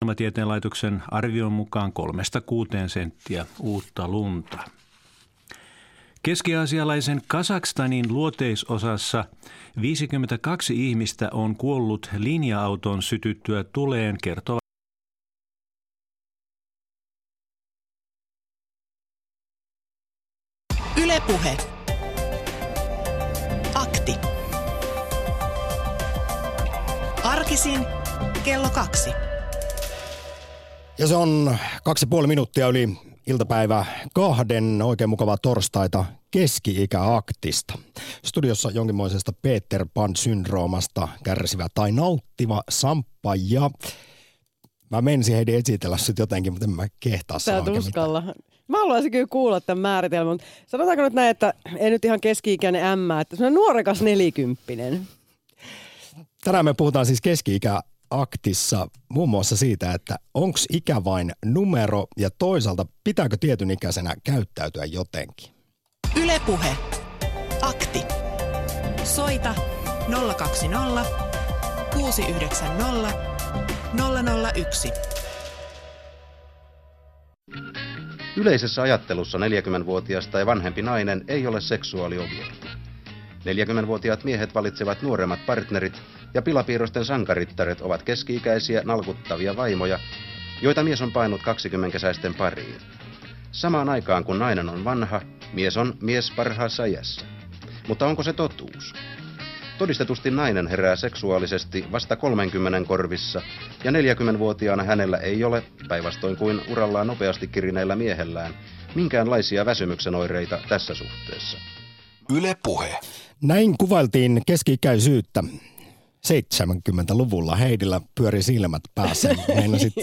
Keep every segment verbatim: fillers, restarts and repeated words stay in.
Ilmatieteen laitoksen arvion mukaan kolmesta kuuteen senttiä uutta lunta. Keski-aasialaisen Kazakstanin luoteisosassa viisikymmentäkaksi ihmistä on kuollut linja-auton sytyttyä tuleen, kertoo Yle Puhe. Akti. Arkisin kello kaksi. Ja se on kaksi ja puoli minuuttia yli iltapäivä kahden. Oikein mukavaa torstaita Keski-ikä-aktista. Studiossa jonkinmoisesta Peter Pan-syndroomasta kärsivä tai nauttiva Samppa ja mä menisin heidän esitellä sut jotenkin, mutta en mä kehtaa sanoa. Sä et uskalla. Mä haluaisin kyllä kuulla tämän määritelmän, mutta sanotaanko nyt näin, että ei nyt ihan keski-ikäinen ämmä, että semmoinen nuorekas nelikymppinen. Tänään me puhutaan siis Keski-ikä-aktissa muun muassa siitä, että onko ikä vain numero ja toisaalta pitääkö tietyn ikäisenä käyttäytyä jotenkin. Yle Puhe. Akti. Soita nolla kaksi nolla kuusi yhdeksän nolla nolla nolla yksi. Yleisessä ajattelussa neljäkymmenvuotias tai vanhempi nainen ei ole seksuaaliobjekti. neljäkymmenvuotiaat miehet valitsevat nuoremmat partnerit ja pilapiirrosten sankarittaret ovat keski-ikäisiä nalkuttavia vaimoja, joita mies on painut kaksikymmenkesäisten pariin. Samaan aikaan kun nainen on vanha, mies on mies parhaassa iässä. Mutta onko se totuus? Todistetusti nainen herää seksuaalisesti vasta kolmenkymmenen korvissa ja neljäkymmenvuotiaana hänellä ei ole, päinvastoin kuin urallaan nopeasti kirineillä miehellään, minkäänlaisia väsymyksen oireita tässä suhteessa. Yle Puhe. Näin kuvailtiin keski-ikäisyyttä. seitsemänkymmentäluvulla Heidillä pyöri silmät päässä. Meinasit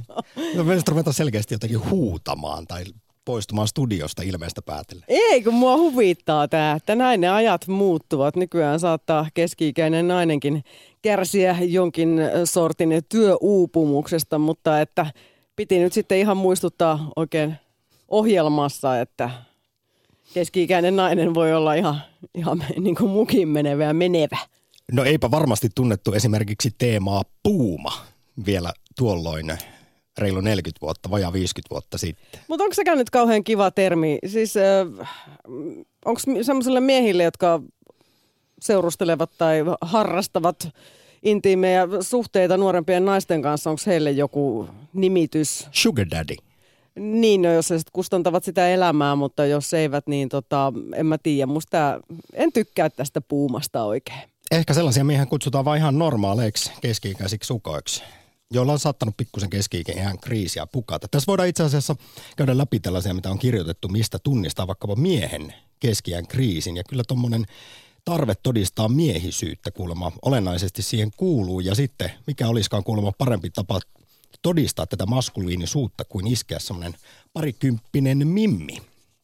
ruveta selkeästi jotenkin huutamaan tai poistumaan studiosta ilmeistä päätellen. Ei, kun mua huvittaa tämä, että näin ne ajat muuttuvat. Nykyään saattaa keski-ikäinen nainenkin kärsiä jonkin sortin työuupumuksesta, mutta että piti nyt sitten ihan muistuttaa oikein ohjelmassa, että keski-ikäinen nainen voi olla ihan, ihan niin kuin mukin menevä ja menevä. No eipä varmasti tunnettu esimerkiksi teemaa puuma vielä tuolloin reilu neljäkymmentä vuotta, vajaa viisikymmentä vuotta sitten. Mutta onko sekään nyt kauhean kiva termi? Siis äh, onko semmoisille miehille, jotka seurustelevat tai harrastavat intiimejä suhteita nuorempien naisten kanssa, onko heille joku nimitys? Sugar daddy. Niin, no, jos he sit kustantavat sitä elämää, mutta jos eivät, niin tota, en mä tiedä. Musta en tykkää tästä puumasta oikein. Ehkä sellaisia miehen kutsutaan vain ihan normaaleiksi keski-ikäisiksi sukoiksi, joilla on saattanut pikkusen keski-ikäisen kriisiä pukata. Tässä voidaan itse asiassa käydä läpi tällaisia, mitä on kirjoitettu, mistä tunnistaa vaikkapa miehen keski-iän kriisin. Ja kyllä tuommoinen tarve todistaa miehisyyttä kuulemma olennaisesti siihen kuuluu. Ja sitten mikä olisikaan kuulemma parempi tapa todistaa tätä maskuliinisuutta kuin iskeä semmoinen parikymppinen mimmi.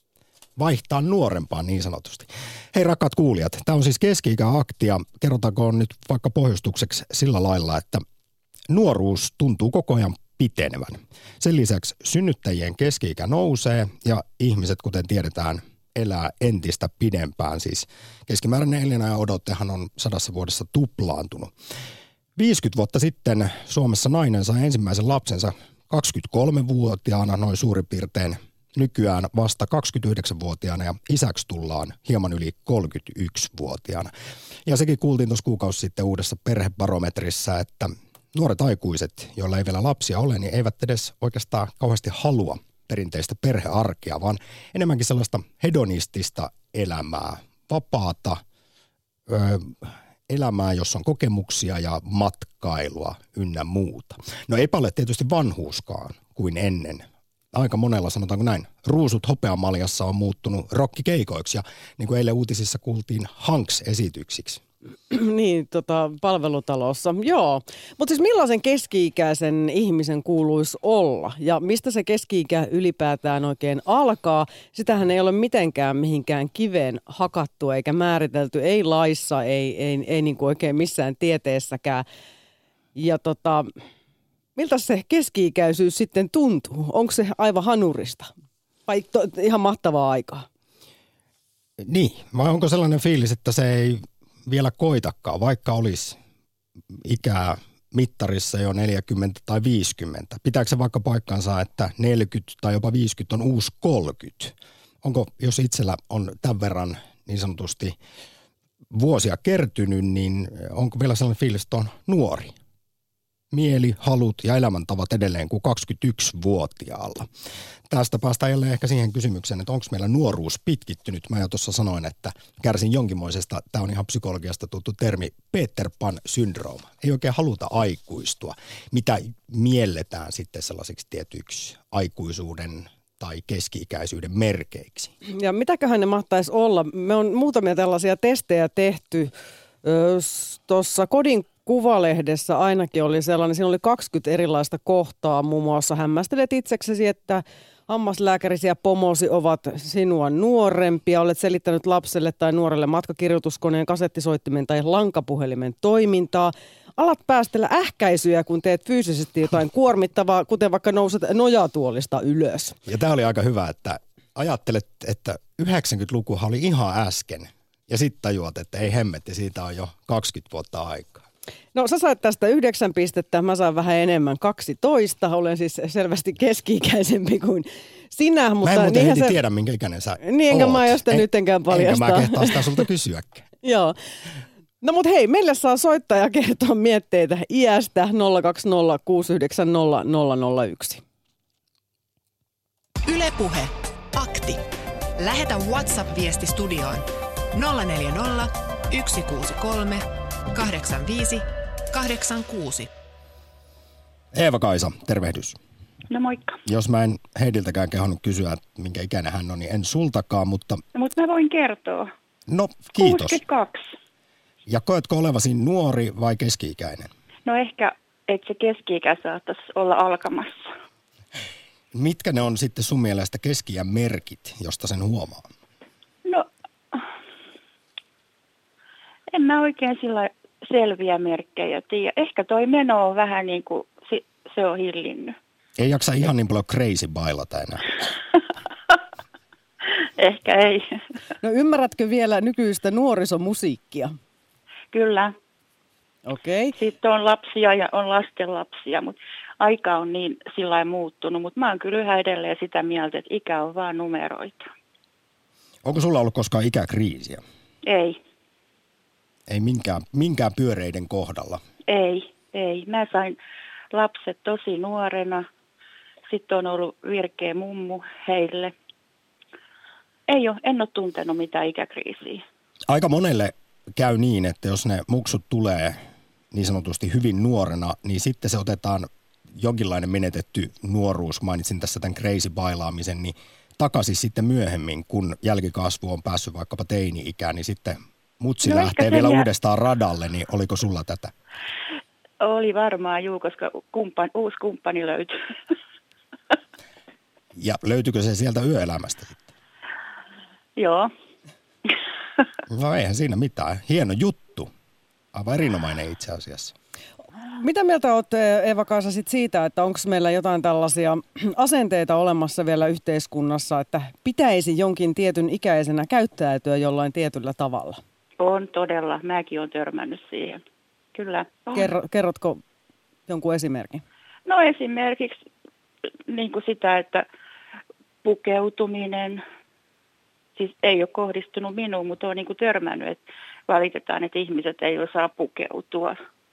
Vaihtaa nuorempaan niin sanotusti. Hei rakkaat kuulijat, tämä on siis keski-ikä-akti ja kerrotaanko nyt vaikka pohjustukseksi sillä lailla, että nuoruus tuntuu koko ajan pitenevän. Sen lisäksi synnyttäjien keski-ikä nousee ja ihmiset, kuten tiedetään, elää entistä pidempään. Siis keskimääräinen elinajan odottehan on sadassa vuodessa tuplaantunut. viisikymmentä vuotta sitten Suomessa nainen sai ensimmäisen lapsensa kaksikymmentäkolmevuotiaana noin suurin piirtein. Nykyään vasta kaksikymmentäyhdeksänvuotiaana ja isäksi tullaan hieman yli kolmekymmentäyksivuotiaana. Ja sekin kuultiin tuossa kuukausi sitten uudessa perhebarometrissa, että nuoret aikuiset, joilla ei vielä lapsia ole, niin eivät edes oikeastaan kauheasti halua perinteistä perhearkea, vaan enemmänkin sellaista hedonistista elämää, vapaata öö, elämää, jossa on kokemuksia ja matkailua ynnä muuta. No eipä ole tietysti vanhuuskaan kuin ennen. Aika monella, sanotaanko näin, ruusut hopeamaljassa on muuttunut rokkikeikoiksi ja niin kuin eilen uutisissa kuultiin Hanks-esityksiksi. Niin, tota, palvelutalossa. Joo, mutta siis millaisen keski-ikäisen ihmisen kuuluisi olla ja mistä se keski-ikä ylipäätään oikein alkaa? Sitähän ei ole mitenkään mihinkään kiveen hakattu eikä määritelty, ei laissa, ei, ei, ei niin kuin oikein missään tieteessäkään. Ja tota, miltä se keski-ikäisyys sitten tuntuu? Onko se aivan hanurista vai to, ihan mahtavaa aikaa? Niin, vai onko sellainen fiilis, että se ei vielä koitakaan, vaikka olisi ikää mittarissa jo neljäkymmentä tai viisikymmentä. Pitääkö se vaikka paikkansa, että neljäkymmentä tai jopa viisikymmentä on uusi kolmekymmentä? Onko, jos itsellä on tämän verran niin sanotusti vuosia kertynyt, niin onko vielä sellainen fiilis, että on nuori? Mieli, halut ja elämäntavat edelleen kuin kaksikymmentäyksivuotiaalla. Tästä päästään jälleen ehkä siihen kysymykseen, että onko meillä nuoruus pitkittynyt. Mä jo tuossa sanoin, että kärsin jonkinmoisesta, tämä on ihan psykologiasta tuttu termi, Peter Pan-syndrooma. Ei oikein haluta aikuistua. Mitä mielletään sitten sellaisiksi tietyiksi aikuisuuden tai keski-ikäisyyden merkeiksi? Ja mitäköhän ne mahtaisi olla? Me on muutamia tällaisia testejä tehty tuossa Kodin Kuvalehdessä ainakin oli sellainen, siinä oli kaksikymmentä erilaista kohtaa, muun muassa hämmästelet itseksesi, että hammaslääkärisi ja pomosi ovat sinua nuorempia, olet selittänyt lapselle tai nuorelle matkakirjoituskoneen, kasettisoittimen tai lankapuhelimen toimintaa, alat päästellä ähkäisyjä, kun teet fyysisesti jotain kuormittavaa, kuten vaikka nouset nojatuolista ylös. Ja tämä oli aika hyvä, että ajattelet, että yhdeksänkymmentälukuhan oli ihan äsken ja sitten tajuat, että ei hemmetti, siitä on jo kaksikymmentä vuotta aikaa. No sä sait tästä yhdeksän pistettä, mä saan vähän enemmän kaksitoista. Olen siis selvästi keski-ikäisempi kuin sinä. Mutta mä en muuten heti se... tiedä, minkä ikäinen sä Niin, enkä oot. mä josta nytenkään paljastaa. Enkä mä kehtaa sitä sulta kysyäkään. Joo. No mut hei, meille saa soittaja kertoa mietteitä iästä nolla kaksi nolla kuusi yhdeksän nolla nolla nolla yksi. Yle Puhe. Akti. Lähetä WhatsApp-viesti studioon nolla neljä nolla yksi kuusi kolme kahdeksan viisi kahdeksan kuusi. Eeva-Kaisa, tervehdys. No moikka. Jos mä en Heidiltäkään kehonnut kysyä, minkä ikäinen hän on, niin en sultakaan, mutta... No, mutta mä voin kertoa. No, kiitos. kuusikymmentäkaksi. Ja koetko olevasi nuori vai keski-ikäinen? No ehkä, että se keski-ikä saattaisi olla alkamassa. Mitkä ne on sitten sun mielestä keski-iän merkit, josta sen huomaa? No, en mä oikein sillä selviä merkkejä tiedä. Ehkä toi meno on vähän niin kuin se on hillinnyt. Ei jaksa ihan niin paljon crazy bailata enää. Ehkä ei. No ymmärrätkö vielä nykyistä nuorisomusiikkia? Kyllä. Okei. Okay. Sitten on lapsia ja on lastenlapsia, mutta aika on niin sillä lailla muuttunut. Mutta mä oon kyllä yhä edelleen sitä mieltä, että ikä on vaan numeroita. Onko sulla ollut koskaan ikäkriisiä? Ei. Ei minkään, minkään pyöreiden kohdalla? Ei, ei. Mä sain lapset tosi nuorena. Sitten on ollut virkeä mummu heille. Ei ole, en ole tuntenut mitään ikäkriisiä. Aika monelle käy niin, että jos ne muksut tulee niin sanotusti hyvin nuorena, niin sitten se otetaan jonkinlainen menetetty nuoruus, mainitsin tässä tämän crazy bailaamisen, niin takaisin sitten myöhemmin, kun jälkikasvu on päässyt vaikkapa teini-ikään, niin sitten mutsi no lähtee vielä jää... uudestaan radalle, niin oliko sulla tätä? Oli varmaan juu, koska kumppan, uusi kumppani löytyi. Ja löytyykö se sieltä yöelämästä sitten? Joo. No eihän siinä mitään. Hieno juttu. Aivan erinomainen itse asiassa. Mitä mieltä olet, Eeva-Kaisa, sit siitä, että onko meillä jotain tällaisia asenteita olemassa vielä yhteiskunnassa, että pitäisi jonkin tietyn ikäisenä käyttäytyä jollain tietyllä tavalla? On todella. Mäkin olen törmännyt siihen. Kyllä. Kerro, kerrotko jonkun esimerkin? No esimerkiksi niin kuin sitä, että pukeutuminen, siis ei ole kohdistunut minuun, mutta olen niin kuin törmännyt, että valitetaan, että ihmiset ei osaa pukeutua.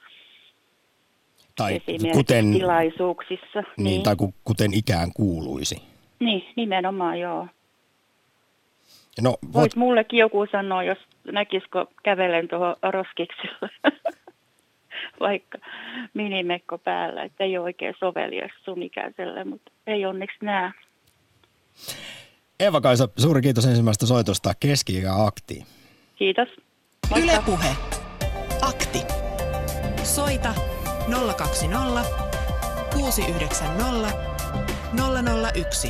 Tai kuten, tilaisuuksissa. Niin, niin. Tai kuten ikään kuuluisi. Niin, nimenomaan joo. No, voit... Voit mullekin joku sanoa, jos näkisikö kävelen tuohon roskikselle, vaikka minimekko päällä, että ei ole oikein sovelias sun ikäiselle, mutta ei onneksi näe. Eeva-Kaisa, suuri kiitos ensimmäistä soitosta Keski-ikä Aktiin. Kiitos. Moikka. Yle Puhe. Akti. Soita nolla kaksi nolla kuusi yhdeksän nolla nolla nolla yksi.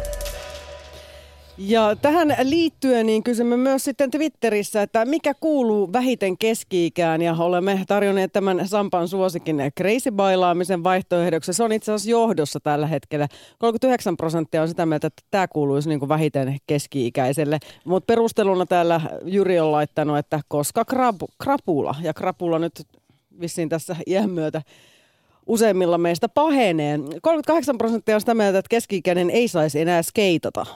Ja tähän liittyen niin kysymme myös sitten Twitterissä, että mikä kuuluu vähiten keski-ikään, ja olemme tarjonneet tämän Sampan suosikin crazy bailaamisen vaihtoehdoksi. Se on itse asiassa johdossa tällä hetkellä. kolmekymmentäyhdeksän prosenttia on sitä mieltä, että tämä kuuluisi niin kuin vähiten keski-ikäiselle. Mutta perusteluna täällä Jyri on laittanut, että koska krap- krapula, ja krapula nyt vissiin tässä iän myötä useimmilla meistä pahenee. kolmekymmentäkahdeksan prosenttia on sitä mieltä, että keski-ikäinen ei saisi enää skeitata.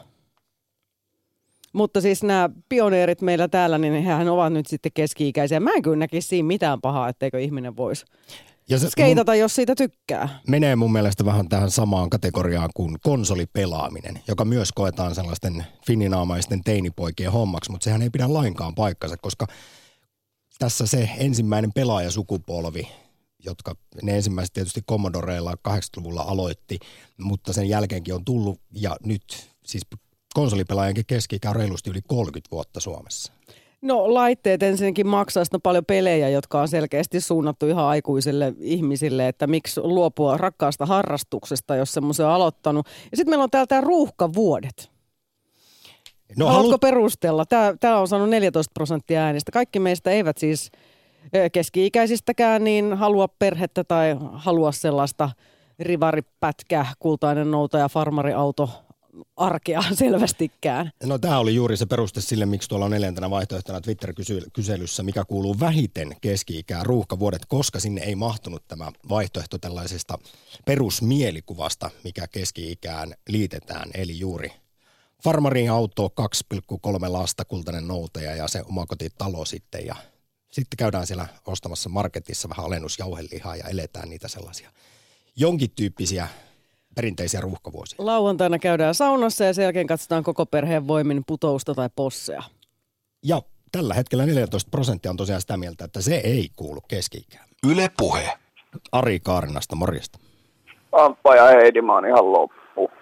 Mutta siis nämä pioneerit meillä täällä, niin hehän ovat nyt sitten keski-ikäisiä. Mä en kyllä näkisi siinä mitään pahaa, etteikö ihminen voisi ja se skeitata, jos siitä tykkää. Menee mun mielestä vähän tähän samaan kategoriaan kuin konsolipelaaminen, joka myös koetaan sellaisten fininaamaisten teinipoikien hommaksi, mutta sehän ei pidä lainkaan paikkansa, koska tässä se ensimmäinen pelaajasukupolvi, jotka ne ensimmäiset tietysti Commodoreilla kahdeksankymmentäluvulla aloitti, mutta sen jälkeenkin on tullut ja nyt siis konsolipelaajankin keski-ikä on reilusti yli kolmekymmentä vuotta Suomessa. No laitteet ensinnäkin maksaa sitä paljon pelejä, jotka on selkeästi suunnattu ihan aikuisille ihmisille, että miksi luopua rakkaasta harrastuksesta, jos semmoisen on aloittanut. Ja sitten meillä on täällä tämä ruuhkavuodet. No, Haluatko halu... perustella? Tämä, tämä on saanut neljätoista prosenttia äänistä. Kaikki meistä eivät siis keski-ikäisistäkään niin halua perhettä tai halua sellaista rivaripätkää, kultainen noutaja, farmariauto, arkea selvästikään. No tämä oli juuri se peruste sille, miksi tuolla on neljäntenä vaihtoehtona Twitter-kyselyssä, mikä kuuluu vähiten keski-ikään ruuhkavuodet, koska sinne ei mahtunut tämä vaihtoehto tällaisesta perusmielikuvasta, mikä keski-ikään liitetään, eli juuri farmarin auto, kaksi pilkku kolme lasta, kultainen noutaja ja se omakotitalo sitten ja sitten käydään siellä ostamassa marketissa vähän alennusjauhelihaa ja eletään niitä sellaisia jonkin tyyppisiä perinteisiä ruuhkavuosia. Lauantaina käydään saunassa ja sen jälkeen katsotaan koko perheen voimin putousta tai possea. Ja tällä hetkellä neljätoista prosenttia on tosiaan sitä mieltä, että se ei kuulu keski-ikään. Yle Puhe. Ari Kaarinasta, morjesta. Amppa ja Heidi, mä oon ihan loppu.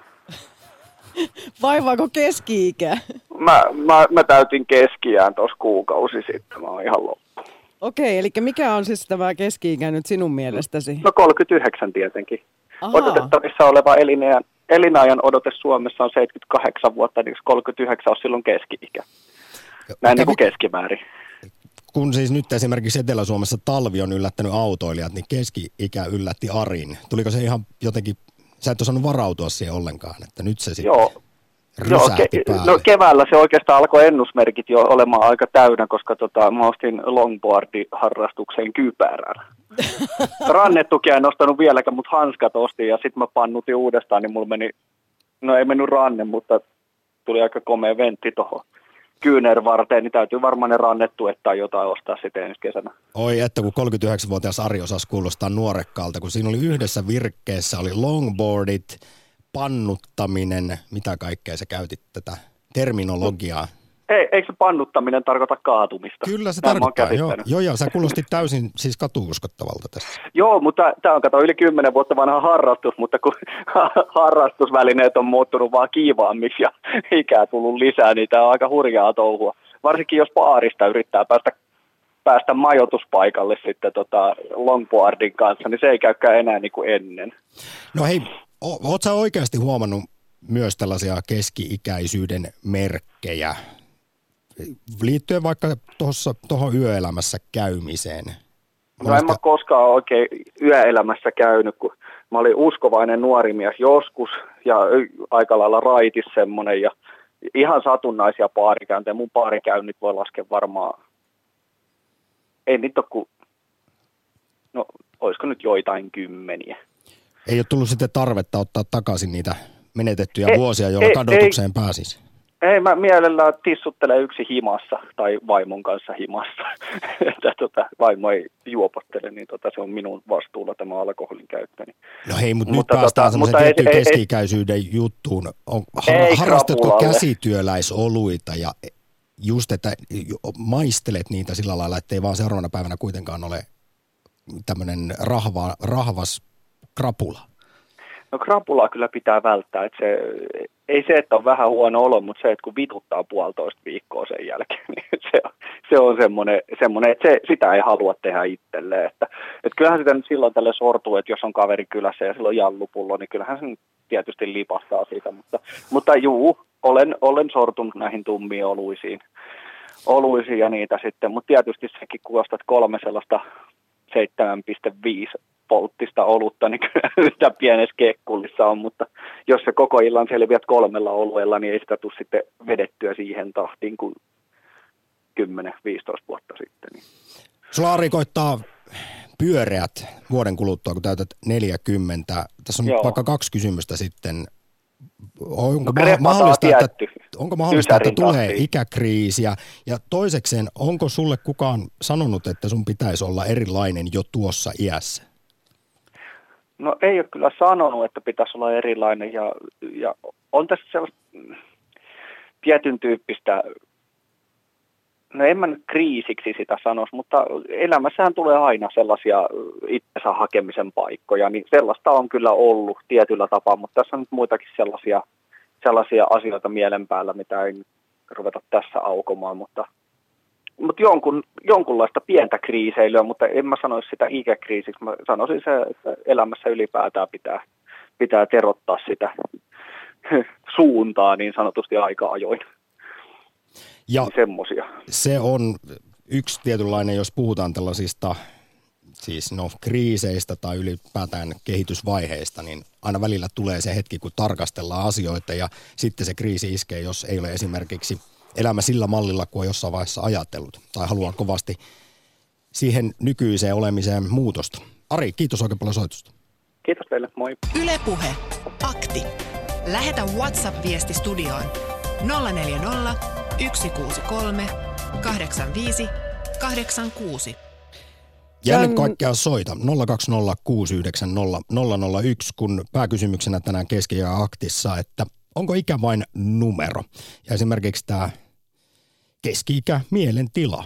Vaivaako keski-ikä? Mä, mä, mä täytin keskiään tuossa kuukausi sitten, mä oon ihan loppu. Okei, eli mikä on siis tämä keski-ikä nyt sinun mielestäsi? No kolmekymmentäyhdeksän tietenkin. Ahaa. Odotettavissa oleva elinajan, elinajan odote Suomessa on seitsemänkymmentäkahdeksan vuotta, niin kolmekymmentäyhdeksän on silloin keski-ikä. Näin niin kuin keskimäärin. Kun siis nyt esimerkiksi Etelä-Suomessa talvi on yllättänyt autoilijat, niin keski-ikä yllätti Arin. Tuliko se ihan jotenkin, sä et osannut varautua siihen ollenkaan, että nyt se sitten Joo. rysähti Joo, ke- päälle? No keväällä se oikeastaan alkoi ennusmerkit jo olemaan aika täynnä, koska tota, mä ostin longboardi-harrastukseen kypärän. Rannetukia en ostanut vieläkään, mutta hanskat ostin ja sitten mä pannutin uudestaan, niin mulla meni, no ei mennyt ranne, mutta tuli aika komea ventti tuohon kyynärvarteen, niin täytyy varmaan ne rannettuet tai jotain ostaa sitten ensi kesänä. Oi, että kun kolmekymmentäyhdeksänvuotias Ari osasi kuulostaa nuorekkaalta, kun siinä oli yhdessä virkkeessä, oli longboardit, pannuttaminen, mitä kaikkea sä käytit tätä terminologiaa? Ei, eikö se pannuttaminen tarkoita kaatumista? Kyllä se tarkoittaa, joo, joo, joo, sä kuulostit täysin siis katuuskottavalta tässä. Joo, mutta tämä on kato yli kymmenen vuotta vanha harrastus, mutta kun harrastusvälineet on muuttunut vaan kiivaammiksi ja ikää tullut lisää, niin tämä on aika hurjaa touhua. Varsinkin jos baarista yrittää päästä, päästä majoituspaikalle sitten tota longboardin kanssa, niin se ei käykään enää niin kuin ennen. No hei, o- oot sä oikeasti huomannut myös tällaisia keski-ikäisyyden merkkejä liittyen vaikka tuohon yöelämässä käymiseen? No en mä koskaan oikein yöelämässä käynyt, kun mä olin uskovainen nuori mies joskus ja aika lailla raitis semmoinen ja ihan satunnaisia baarikäyntejä. Mun baarikäynnit voi laskea varmaan, ei niitä ole kuin, no olisiko nyt joitain kymmeniä. Ei ole tullut sitten tarvetta ottaa takaisin niitä menetettyjä ei, vuosia, joilla ei, kadotukseen ei, pääsisi? Ei, mä mielellään tissuttelen yksi himassa tai vaimon kanssa himassa. että tota, vaimo ei juopottele, niin tota, se on minun vastuulla tämä alkoholin käyttö. No hei, mutta, mutta nyt päästään tota, semmoisen tiettyyn ei, keski-ikäisyyden ei, juttuun. On, ei harrastatko krapulalle. käsityöläisoluita ja just, että maistelet niitä sillä lailla, että ei vaan seuraavana päivänä kuitenkaan ole tämmöinen rahva, rahvas krapula? No krapulaa kyllä pitää välttää. Että se, ei se, että on vähän huono olo, mutta se, että kun vituttaa puolitoista viikkoa sen jälkeen, niin se, se on semmoinen, semmoinen että se, sitä ei halua tehdä itselleen. Että, että kyllähän sitä nyt silloin tälle sortuu, että jos on kaveri kylässä ja silloin jallupullo, niin kyllähän se tietysti lipahtaa siitä. Mutta, mutta juu, olen, olen sortunut näihin tummiin oluisiin, oluisiin ja niitä sitten. Mutta tietysti sekin, kun ostat kolme sellaista seitsemän pilkku viisi polttista olutta, niin kyllä sitä pienessä kekkullissa on, mutta jos se koko illan selviät kolmella oluella, niin ei sitä tule sitten vedettyä siihen tahtiin kuin kymmenen viisitoista vuotta sitten. Niin. Sulla Ari koittaa pyöreät vuoden kuluttua, kun täytät neljäkymmentä. Tässä on Joo. vaikka kaksi kysymystä sitten. Onko, No, ma- mahdollista, että, onko mahdollista, että Tytärin tulee tahtiin. ikäkriisiä? Ja toisekseen, onko sulle kukaan sanonut, että sun pitäisi olla erilainen jo tuossa iässä? No ei ole kyllä sanonut, että pitäisi olla erilainen ja, ja on tässä sellaista tietyn tyyppistä, no en mä nyt kriisiksi sitä sanoisi, mutta elämässähän tulee aina sellaisia itsensä hakemisen paikkoja, niin sellaista on kyllä ollut tietyllä tapaa, mutta tässä on nyt muitakin sellaisia, sellaisia asioita mielen päällä, mitä ei ruveta tässä aukomaan, mutta, mutta jonkun, jonkunlaista pientä kriiseilyä, mutta en mä sanoisi sitä ikäkriisiksi, mä sanoisin se, että elämässä ylipäätään pitää, pitää terottaa sitä suuntaa niin sanotusti aika ajoin. Ja semmosia. Se on yksi tietynlainen, jos puhutaan tällaisista siis no, kriiseistä tai ylipäätään kehitysvaiheista, niin aina välillä tulee se hetki, kun tarkastellaan asioita ja sitten se kriisi iskee, jos ei ole esimerkiksi elämä sillä mallilla, kuin on jossain vaiheessa ajatellut tai haluaa kovasti siihen nykyiseen olemiseen muutosta. Ari, kiitos oikein paljon soitusta. Kiitos teille, moi. Yle Puhe. Akti. Lähetä WhatsApp-viesti studioon nolla neljä nolla, yksi kuusi kolme, kahdeksan viisi, kahdeksan kuusi. Ja ennen kaikkea soita nolla kaksi nolla kuusi yhdeksän nolla nolla nolla yksi, kun pääkysymyksenä tänään keski- ja aktissa, että onko ikä vain numero? Ja esimerkiksi tämä keski-ikä mielentila.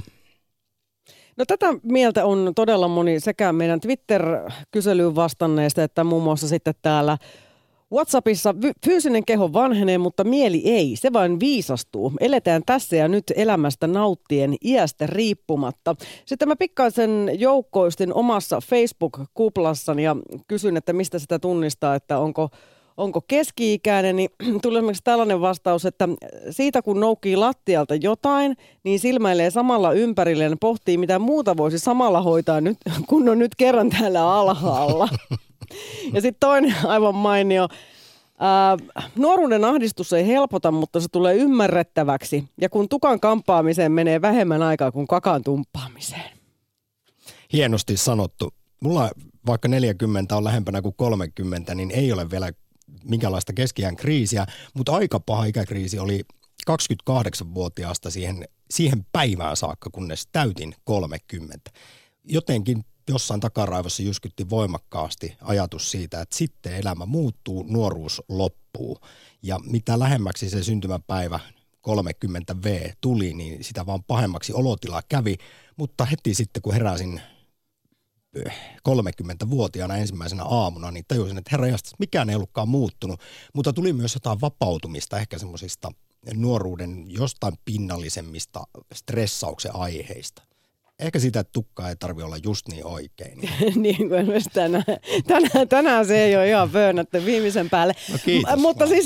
No tätä mieltä on todella moni sekä meidän Twitter-kyselyyn vastanneista, että muun muassa sitten täällä WhatsAppissa. Fyysinen keho vanhenee, mutta mieli ei. Se vain viisastuu. Eletään tässä ja nyt elämästä nauttien iästä riippumatta. Sitten mä pikkaisen joukkoistin omassa Facebook-kuplassani ja kysyin, että mistä sitä tunnistaa, että onko, onko keski-ikäinen. Niin tuli esimerkiksi tällainen vastaus, että siitä kun noukkii lattialta jotain, niin silmäilee samalla ympärilleen, pohtii mitä muuta voisi samalla hoitaa nyt, kun on nyt kerran täällä alhaalla. Ja sitten toinen aivan mainio. Ää, nuoruuden ahdistus ei helpota, mutta se tulee ymmärrettäväksi. Ja kun tukan kampaamiseen menee vähemmän aikaa kuin kakan tumppaamiseen. Hienosti sanottu. Mulla vaikka neljäkymmentä on lähempänä kuin kolmekymmentä, niin ei ole vielä minkälaista keski-iän kriisiä. Mutta aika paha ikäkriisi oli kaksikymmentäkahdeksanvuotiaasta siihen, siihen päivään saakka, kunnes täytin kolmekymmentä. Jotenkin jossain takaraivossa jyskytti voimakkaasti ajatus siitä, että sitten elämä muuttuu, nuoruus loppuu. Ja mitä lähemmäksi se syntymäpäivä kolmekymmentä vuotta tuli, niin sitä vaan pahemmaksi olotila kävi. Mutta heti sitten, kun heräsin kolmekymmentävuotiaana ensimmäisenä aamuna, niin tajusin, että herra jastas, mikään ei ollutkaan muuttunut. Mutta tuli myös jotain vapautumista, ehkä semmoisista nuoruuden jostain pinnallisemmista stressauksen aiheista. Ehkä sitä, että tukkaa ei tarvitse olla just niin oikein. Niin kuin myös tänään. tänään. Tänään se ei ole ihan pöönätty viimeisen päälle. No kiitos. M- mutta siis,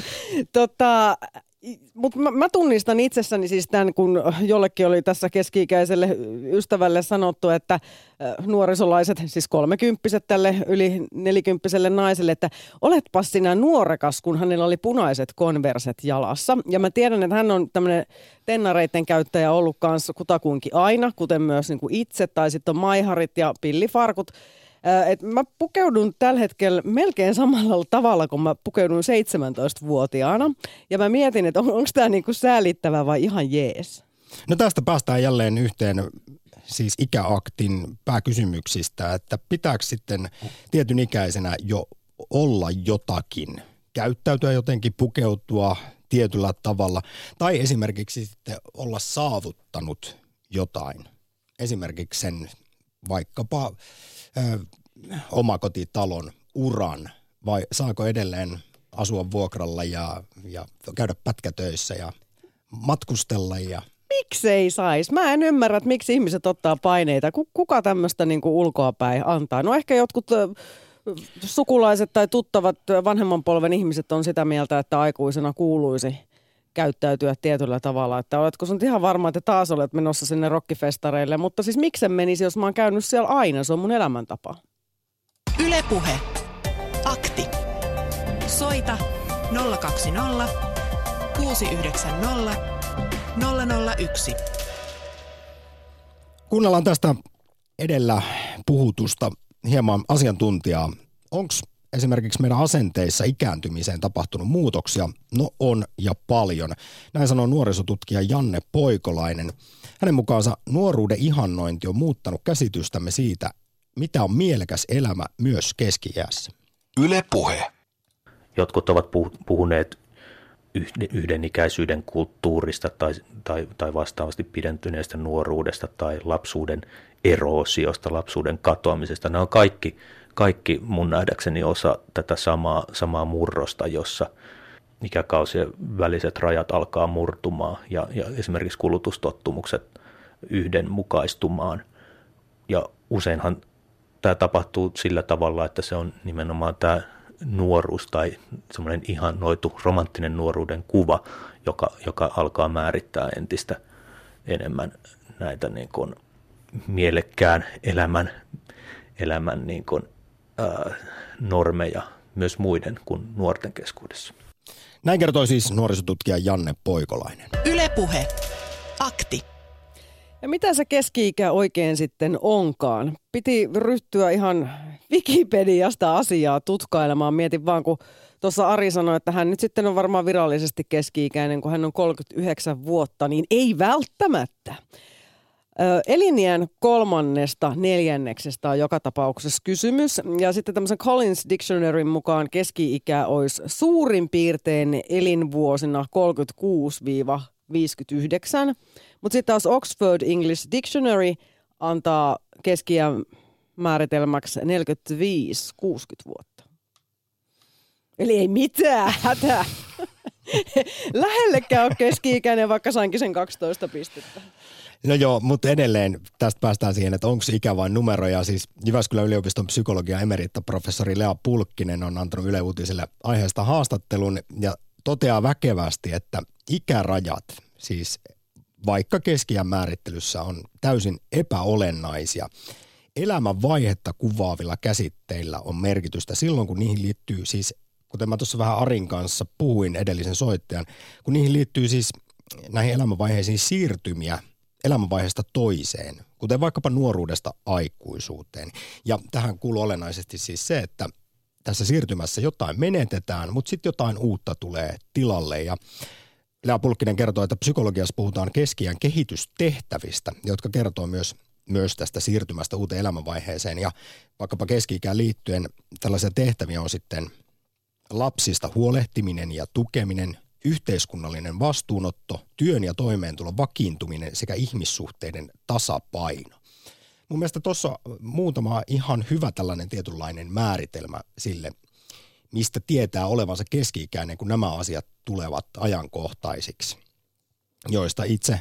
tota, mutta mä, mä tunnistan itsessäni siis tämän, kun jollekin oli tässä keski-ikäiselle ystävälle sanottu, että nuorisolaiset, siis kolmekymppiset tälle yli nelikymppiselle naiselle, että oletpas sinä nuorekas, kun hänellä oli punaiset konverset jalassa. Ja mä tiedän, että hän on tämmöinen tennareiden käyttäjä ollut kanssa kutakuinkin aina, kuten myös niin kuin itse, tai sitten on maiharit ja pillifarkut. Et mä pukeudun tällä hetkellä melkein samalla tavalla, kun mä pukeudun seitsemäntoistavuotiaana. Ja mä mietin, että on, onko tämä niinku säälittävä vai ihan jees? No tästä päästään jälleen yhteen siis ikäaktin pääkysymyksistä, että pitääkö sitten tietyn ikäisenä jo olla jotakin, käyttäytyä jotenkin, pukeutua tietyllä tavalla tai esimerkiksi sitten olla saavuttanut jotain. Esimerkiksi sen vaikkapa ö, omakotitalon uran vai saako edelleen asua vuokralla ja, ja käydä pätkätöissä ja matkustella ja Miksei sais? Mä en ymmärrä, että miksi ihmiset ottaa paineita. Kuka tämmöistä niinku ulkoapäin antaa? No ehkä jotkut ö, sukulaiset tai tuttavat vanhemman polven ihmiset on sitä mieltä, että aikuisena kuuluisi käyttäytyä tietyllä tavalla. Että oletko sun ihan varma, että taas olet menossa sinne rockifestareille, mutta siis miksen menisi, jos mä oon käynyt siellä aina? Se on mun elämäntapa. Yle Puhe. Akti. Soita nolla kaksi nolla kuusi yhdeksän nolla nolla nolla yksi. Kuunnellaan tästä edellä puhutusta hieman asiantuntijaa. Onko esimerkiksi meidän asenteissa ikääntymiseen tapahtunut muutoksia? No on ja paljon. Näin sanoo nuorisotutkija Janne Poikolainen. Hänen mukaansa nuoruuden ihannointi on muuttanut käsitystämme siitä, mitä on mielekäs elämä myös keski-iässä. Yle Puhe. Jotkut ovat puhuneet yhdenikäisyyden kulttuurista tai, tai, tai vastaavasti pidentyneestä nuoruudesta tai lapsuuden eroosiosta, lapsuuden katoamisesta. Nämä on kaikki, kaikki mun nähdäkseni osa tätä samaa, samaa murrosta, jossa ikäkausien väliset rajat alkaa murtumaan ja, ja esimerkiksi kulutustottumukset yhdenmukaistumaan. Ja useinhan tämä tapahtuu sillä tavalla, että se on nimenomaan tämä nuoruus tai semmoinen ihannoitu romanttinen nuoruuden kuva, joka, joka alkaa määrittää entistä enemmän näitä niin kuin mielekkään elämän, elämän niin kuin, ää, normeja myös muiden kuin nuorten keskuudessa. Näin kertoi siis nuorisotutkija Janne Poikolainen. Yle Puhe. Akti. Ja mitä se keski-ikä oikein sitten onkaan? Piti ryhtyä ihan Wikipediasta asiaa tutkailemaan. Mietin vaan, kun tuossa Ari sanoi, että hän nyt sitten on varmaan virallisesti keski-ikäinen, kun hän on kolmekymmentäyhdeksän vuotta, niin ei välttämättä. Ö, eliniän kolmannesta neljänneksestä on joka tapauksessa kysymys. Ja sitten tämmöisen Collins Dictionaryn mukaan keski-ikä olisi suurin piirtein elinvuosina kolmekymmentäkuusi viisikymmentäyhdeksän. Mutta sitten taas Oxford English Dictionary antaa keski-iän määritelmäksi neljäkymmentäviisi kuusikymmentä vuotta. Eli ei mitään hätää. Lähellekään ole keski-ikäinen, vaikka sainkin sen kaksitoista pistettä. No joo, mutta edelleen tästä päästään siihen, että onko ikä vain numeroja. Siis Jyväskylän yliopiston psykologia emerittaprofessori Lea Pulkkinen on antanut Yle Uutisille aiheesta haastattelun ja toteaa väkevästi, että ikärajat, siis vaikka keski-iän määrittelyssä, on täysin epäolennaisia. Elämän vaihetta kuvaavilla käsitteillä on merkitystä silloin, kun niihin liittyy siis, kuten mä tuossa vähän Arin kanssa puhuin edellisen soittajan, kun niihin liittyy siis näihin elämänvaiheisiin siirtymiä elämänvaiheesta toiseen, kuten vaikkapa nuoruudesta aikuisuuteen. Ja tähän kuuluu olennaisesti siis se, että tässä siirtymässä jotain menetetään, mutta sitten jotain uutta tulee tilalle. Ja Lea Pulkkinen kertoo, että psykologiassa puhutaan keski-iän kehitystehtävistä, jotka kertoo myös, myös tästä siirtymästä uuteen elämänvaiheeseen. Ja vaikkapa keski-ikään liittyen tällaisia tehtäviä on sitten lapsista huolehtiminen ja tukeminen, yhteiskunnallinen vastuunotto, työn ja toimeentulon vakiintuminen sekä ihmissuhteiden tasapaino. Mun mielestä tuossa muutama ihan hyvä tällainen tietynlainen määritelmä sille, mistä tietää olevansa keski-ikäinen, kun nämä asiat tulevat ajankohtaisiksi, joista itse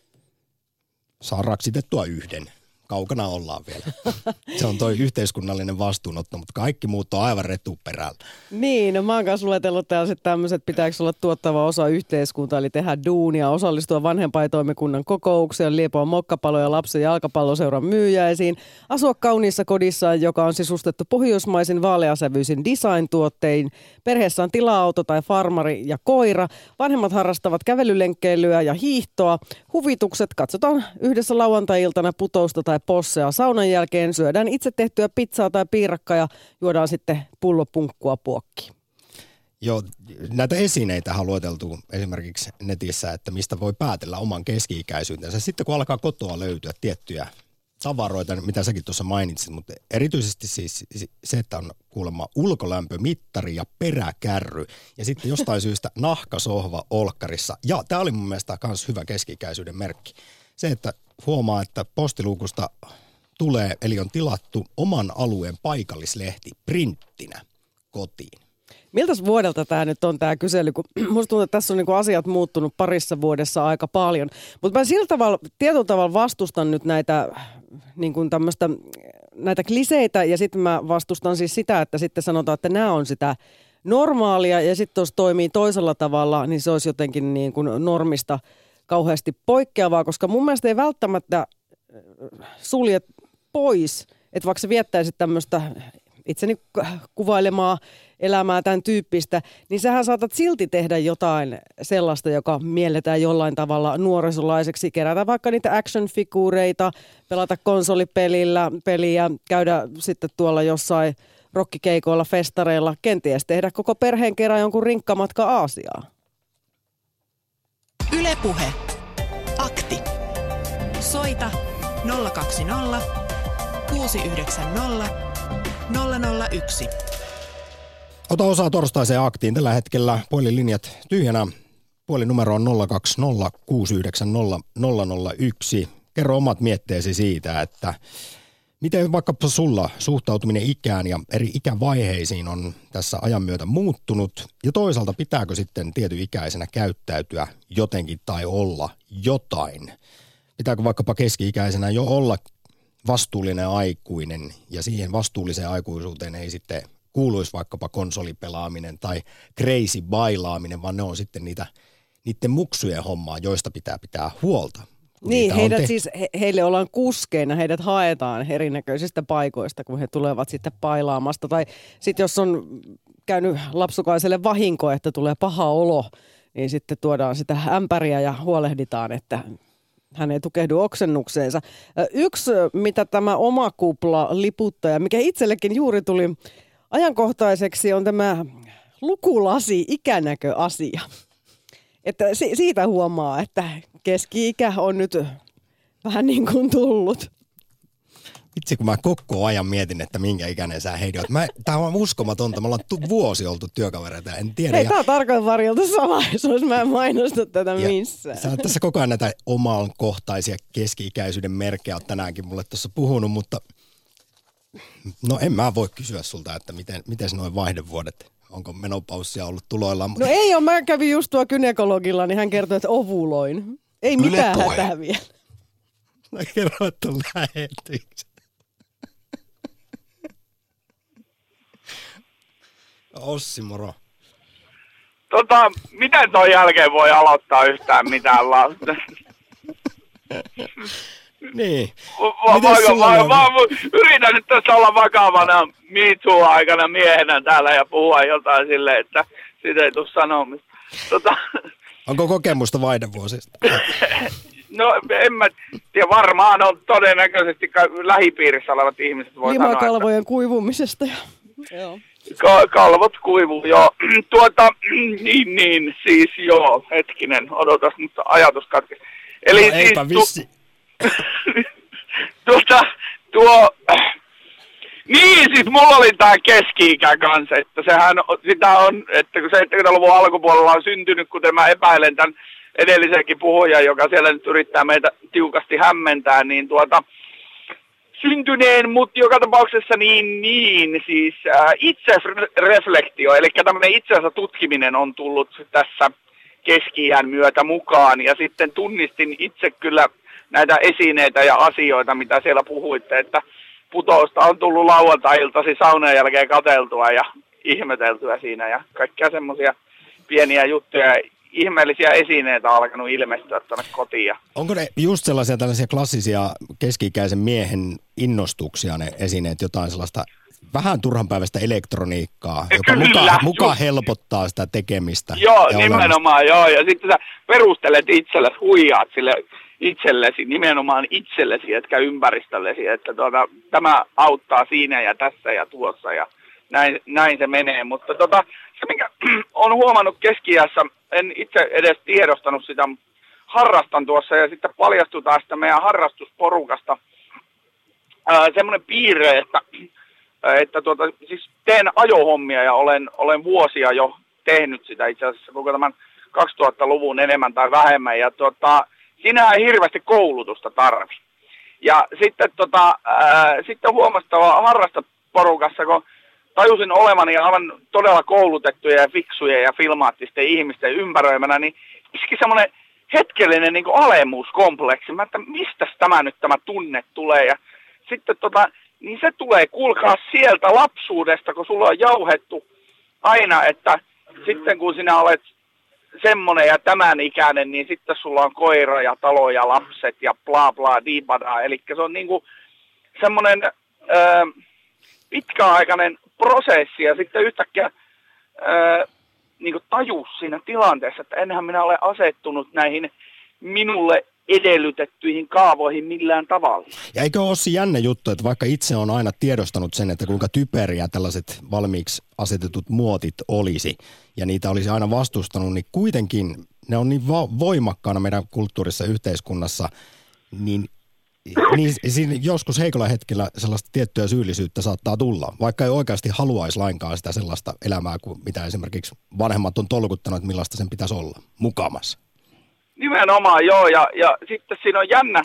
saa raksitettua yhden. Kaukana ollaan vielä. Se on toi yhteiskunnallinen vastuunotto, mutta kaikki muut on aivan retuperällä. Niin, no mä oon kanssa luetellut tällaiset tämmöiset, pitääkö olla tuottava osa yhteiskuntaa, eli tehdä duunia, osallistua vanhempaintoimikunnan kokoukseen, liepoa mokkapaloja lapsen jalkapalloseuran myyjäisiin, asua kauniissa kodissaan, joka on sisustettu pohjoismaisin vaaleasävyisin design-tuottein, perheessä on tila-auto tai farmari ja koira, vanhemmat harrastavat kävelylenkkeilyä ja hiihtoa, huvitukset, katsotaan yhdessä lauantai-iltana putousta tai possea. Saunan jälkeen syödään itse tehtyä pizzaa tai piirakkaa ja juodaan sitten pullopunkkua puokkiin. Joo, näitä esineitä on lueteltu esimerkiksi netissä, että mistä voi päätellä oman keski-ikäisyytensä. Sitten kun alkaa kotoa löytyä tiettyjä tavaroita, mitä säkin tuossa mainitsit, mutta erityisesti siis se, että on kuulemma ulkolämpömittari ja peräkärry ja sitten jostain syystä nahkasohva olkkarissa. Ja tämä oli mun mielestä myös hyvä keski-ikäisyyden merkki. Se, että huomaa, että postiluukusta tulee, eli on tilattu oman alueen paikallislehti printtinä kotiin. Miltäs vuodelta tämä nyt on tämä kysely, kun musta tuntuu, että tässä on niinku asiat muuttunut parissa vuodessa aika paljon. Mutta mä sillä tavalla, tietyllä tavalla vastustan nyt näitä, niinku tämmöistä, näitä kliseitä ja sitten mä vastustan siis sitä, että sitten sanotaan, että nämä on sitä normaalia ja sitten jos toimii toisella tavalla, niin se olisi jotenkin niin kuin normista kauheasti poikkeavaa, koska mun mielestä ei välttämättä sulje pois, että vaikka sä viettäisit tämmöistä itseni kuvailemaa elämää tämän tyyppistä, niin sähän saatat silti tehdä jotain sellaista, joka mielletään jollain tavalla nuorisolaiseksi, kerätä vaikka niitä action-figuureita, pelata konsolipelillä, peliä, käydä sitten tuolla jossain rokkikeikoilla, festareilla, kenties tehdä koko perheen kerran jonkun rinkkamatka Aasiaan. Yle Puhe. Akti. Soita nolla kaksi nolla kuusi yhdeksän nolla nolla nolla yksi. Ota osaa torstaiseen aktiin. Tällä hetkellä puhelinlinjat tyhjänä. Puhelinnumero on nolla kaksi nolla kuusi yhdeksän nolla nolla nolla yksi. Kerro omat mietteesi siitä, että miten vaikkapa sulla suhtautuminen ikään ja eri ikävaiheisiin on tässä ajan myötä muuttunut? Ja toisaalta pitääkö sitten tietyikäisenä käyttäytyä jotenkin tai olla jotain? Pitääkö vaikkapa keski-ikäisenä jo olla vastuullinen aikuinen ja siihen vastuulliseen aikuisuuteen ei sitten kuuluisi vaikkapa konsolipelaaminen tai crazy bailaaminen, vaan ne on sitten niitä, niiden muksujen hommaa, joista pitää pitää huolta. Niin, heidät siis, he, heille ollaan kuskeina, heidät haetaan erinäköisistä paikoista, kun he tulevat sitten pailaamasta. Tai sitten jos on käynyt lapsukaiselle vahinko, että tulee paha olo, niin sitten tuodaan sitä ämpäriä ja huolehditaan, että hän ei tukehdu oksennukseensa. Yksi, mitä tämä oma kupla liputtaja, mikä itsellekin juuri tuli ajankohtaiseksi, on tämä lukulasi ikänäköasia. Että si- siitä huomaa, että keski-ikä on nyt vähän niin kuin tullut. Itse kun mä koko ajan mietin, että minkä ikäinen sä Heidi oot. Tää on uskomatonta. Me ollaan tu- vuosi oltu työkavereita, en tiedä. Hei, tää on tarkoin varjeltu salaisuus. Mä en mainosta tätä ja missään. Sä oot tässä koko ajan näitä omankohtaisia keski-ikäisyyden merkkejä oot tänäänkin mulle tuossa puhunut, mutta no en mä voi kysyä sulta, että miten, miten noin vaihdevuodet, onko menopaussia ollut tuloillaan? No ei ole, mä kävin just tuo gynekologilla, niin hän kertoi, että ovuloin. Ei mitään hätää vielä. No kerro, että on lähetykset. Ossi, moro. Tota, miten ton jälkeen voi aloittaa yhtään mitään lasta? Niin. Va- va- va- va- va- yritän nyt tässä olla vakavana Me Too-aikana miehenä täällä ja puhua jotain silleen, että siitä ei tule sanomista. Tota... Onko kokemusta vaihdevuosista? No en mä tiedä, varmaan on todennäköisesti lähipiirissä olevat ihmiset voi sanoa, että... Limakalvojen kuivumisesta. Ja... Joo. Ka- kalvot kuivuu, joo. Tuota, niin, niin, siis joo, hetkinen, odotas, mutta ajatus katkesi. Eli no, eipä siis, vissi. tuota, tuo, niin siis mulla oli tää keski-ikä kanssa, että sehän sitä on, että kun seitsemänkymmentäluvun alkupuolella on syntynyt, kuten mä epäilen tämän edellisenkin puhujan, joka siellä nyt yrittää meitä tiukasti hämmentää, niin tuota, syntyneen, mutta joka tapauksessa niin, niin siis äh, itsereflektio, eli tämmöinen itsensä tutkiminen on tullut tässä keski-iän myötä mukaan, ja sitten tunnistin itse kyllä näitä esineitä ja asioita, mitä siellä puhuitte, että putousta on tullut lauantai-iltasi saunan jälkeen katseltua ja ihmeteltyä siinä, ja kaikkia semmoisia pieniä juttuja, ihmeellisiä esineitä on alkanut ilmestyä tuonne kotiin. Onko ne just sellaisia tällaisia klassisia keski-ikäisen miehen innostuksia ne esineet, jotain sellaista vähän turhanpäiväistä elektroniikkaa, joka mukaan muka helpottaa sitä tekemistä? Joo, nimenomaan joo, ja sitten sä perustelet itsellesi, huijaat sille itsellesi, nimenomaan itsellesi, etkä ympäristöllesi, että tuota, tämä auttaa siinä ja tässä ja tuossa ja näin, näin se menee, mutta tota, se mikä on huomannut keski-iässä, en itse edes tiedostanut sitä, harrastan tuossa ja sitten paljastutaan sitä meidän harrastusporukasta ää, semmoinen piirre, että, että tuota, siis teen ajohommia ja olen, olen vuosia jo tehnyt sitä itse asiassa koko tämän kaksituhattaluvun enemmän tai vähemmän ja tuota, siinä ei hirveästi koulutusta tarvi. Ja sitten, tota, ää, sitten huomastava harrastaporukassa, kun tajusin olevani aivan todella koulutettuja ja fiksuja ja filmaattisten ihmisten ympäröimänä, niin iski semmoinen hetkellinen niin kuin alemuuskompleksi. Mä, että mistä tämä nyt tämä tunne tulee. Ja sitten tota, niin se tulee kuulkaa sieltä lapsuudesta, kun sulla on jauhettu aina, että sitten kun sinä olet semmoinen ja tämän ikäinen, niin sitten sulla on koira ja talo ja lapset ja bla bla diibadaa. Eli se on niinku semmoinen... Öö, pitkäaikainen prosessi ja sitten yhtäkkiä ää, niin kuin tajus siinä tilanteessa, että enhän minä ole asettunut näihin minulle edellytettyihin kaavoihin millään tavalla. Ja eikö ole se jännä juttu, että vaikka itse on aina tiedostanut sen, että kuinka typeriä tällaiset valmiiksi asetetut muotit olisi, ja niitä olisi aina vastustanut, niin kuitenkin ne on niin vo- voimakkaana meidän kulttuurissa ja yhteiskunnassa, niin, niin siinä joskus heikolla hetkellä sellaista tiettyä syyllisyyttä saattaa tulla, vaikka ei oikeasti haluaisi lainkaan sitä sellaista elämää, kuin mitä esimerkiksi vanhemmat on tolkuttanut, että millaista sen pitäisi olla mukamassa. Nimenomaan joo, ja, ja sitten siinä on jännä,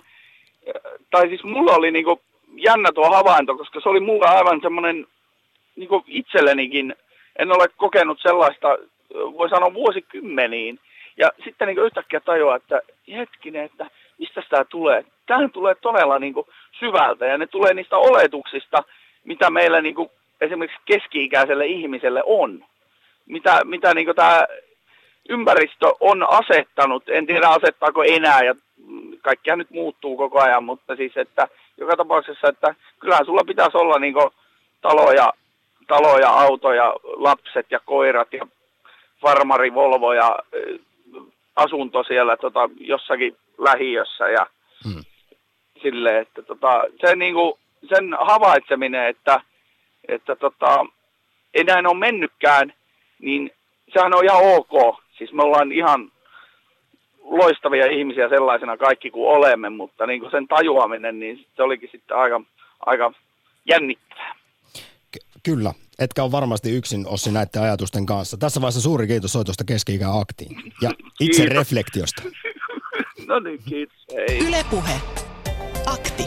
tai siis mulla oli niinku jännä tuo havainto, koska se oli mulla aivan semmoinen niinku itsellenikin, en ole kokenut sellaista, voi sanoa vuosikymmeniin, ja sitten niinku yhtäkkiä tajuaa, että hetkinen, että mistä tämä tulee? Tämähän tulee todella niinku syvältä, ja ne tulee niistä oletuksista, mitä meillä niinku esimerkiksi keski-ikäiselle ihmiselle on, mitä, mitä niinku tämä ympäristö on asettanut, en tiedä asettaako enää, ja kaikkihan nyt muuttuu koko ajan, mutta siis, että joka tapauksessa, että kyllähän sulla pitäisi olla niin kuin taloja, taloja, autoja, lapset ja koirat ja farmari, Volvo ja asunto siellä tota, jossakin lähiössä ja hmm. silleen, että tota, se, niin kuin, sen havaitseminen, että, että tota, ei näin ole mennytkään, niin sehän on ihan ok. Siis me ollaan ihan loistavia ihmisiä sellaisena kaikki kuin olemme, mutta niin kuin sen tajuaminen, niin se olikin sitten aika, aika jännittävää. Ky- kyllä, etkä ole varmasti yksin Ossi näiden ajatusten kanssa. Tässä vaiheessa suuri kiitos soitosta Keski-ikä Aktiin ja itse kiitos. Reflektiosta. No niin, kiitos. Hei. Yle Puhe. Akti.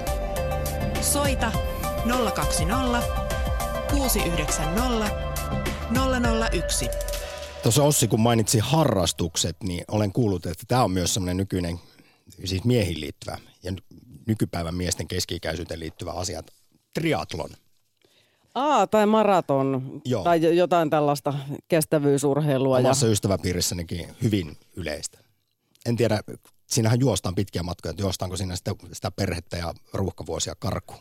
Soita nolla kaksi nolla kuusi yhdeksän nolla nolla nolla yksi. Tuossa Ossi, kun mainitsi harrastukset, niin olen kuullut, että tämä on myös semmoinen nykyinen, siis miehiin liittyvä ja nykypäivän miesten keski-ikäisyyteen liittyvä asia, triatlon. Aa, tai maraton, Joo. tai jotain tällaista kestävyysurheilua. Omassa ja... ystäväpiirissänikin hyvin yleistä. En tiedä, siinähän juostaan pitkiä matkoja, että juostaanko siinä sitä, sitä perhettä ja ruuhkavuosia karkuun.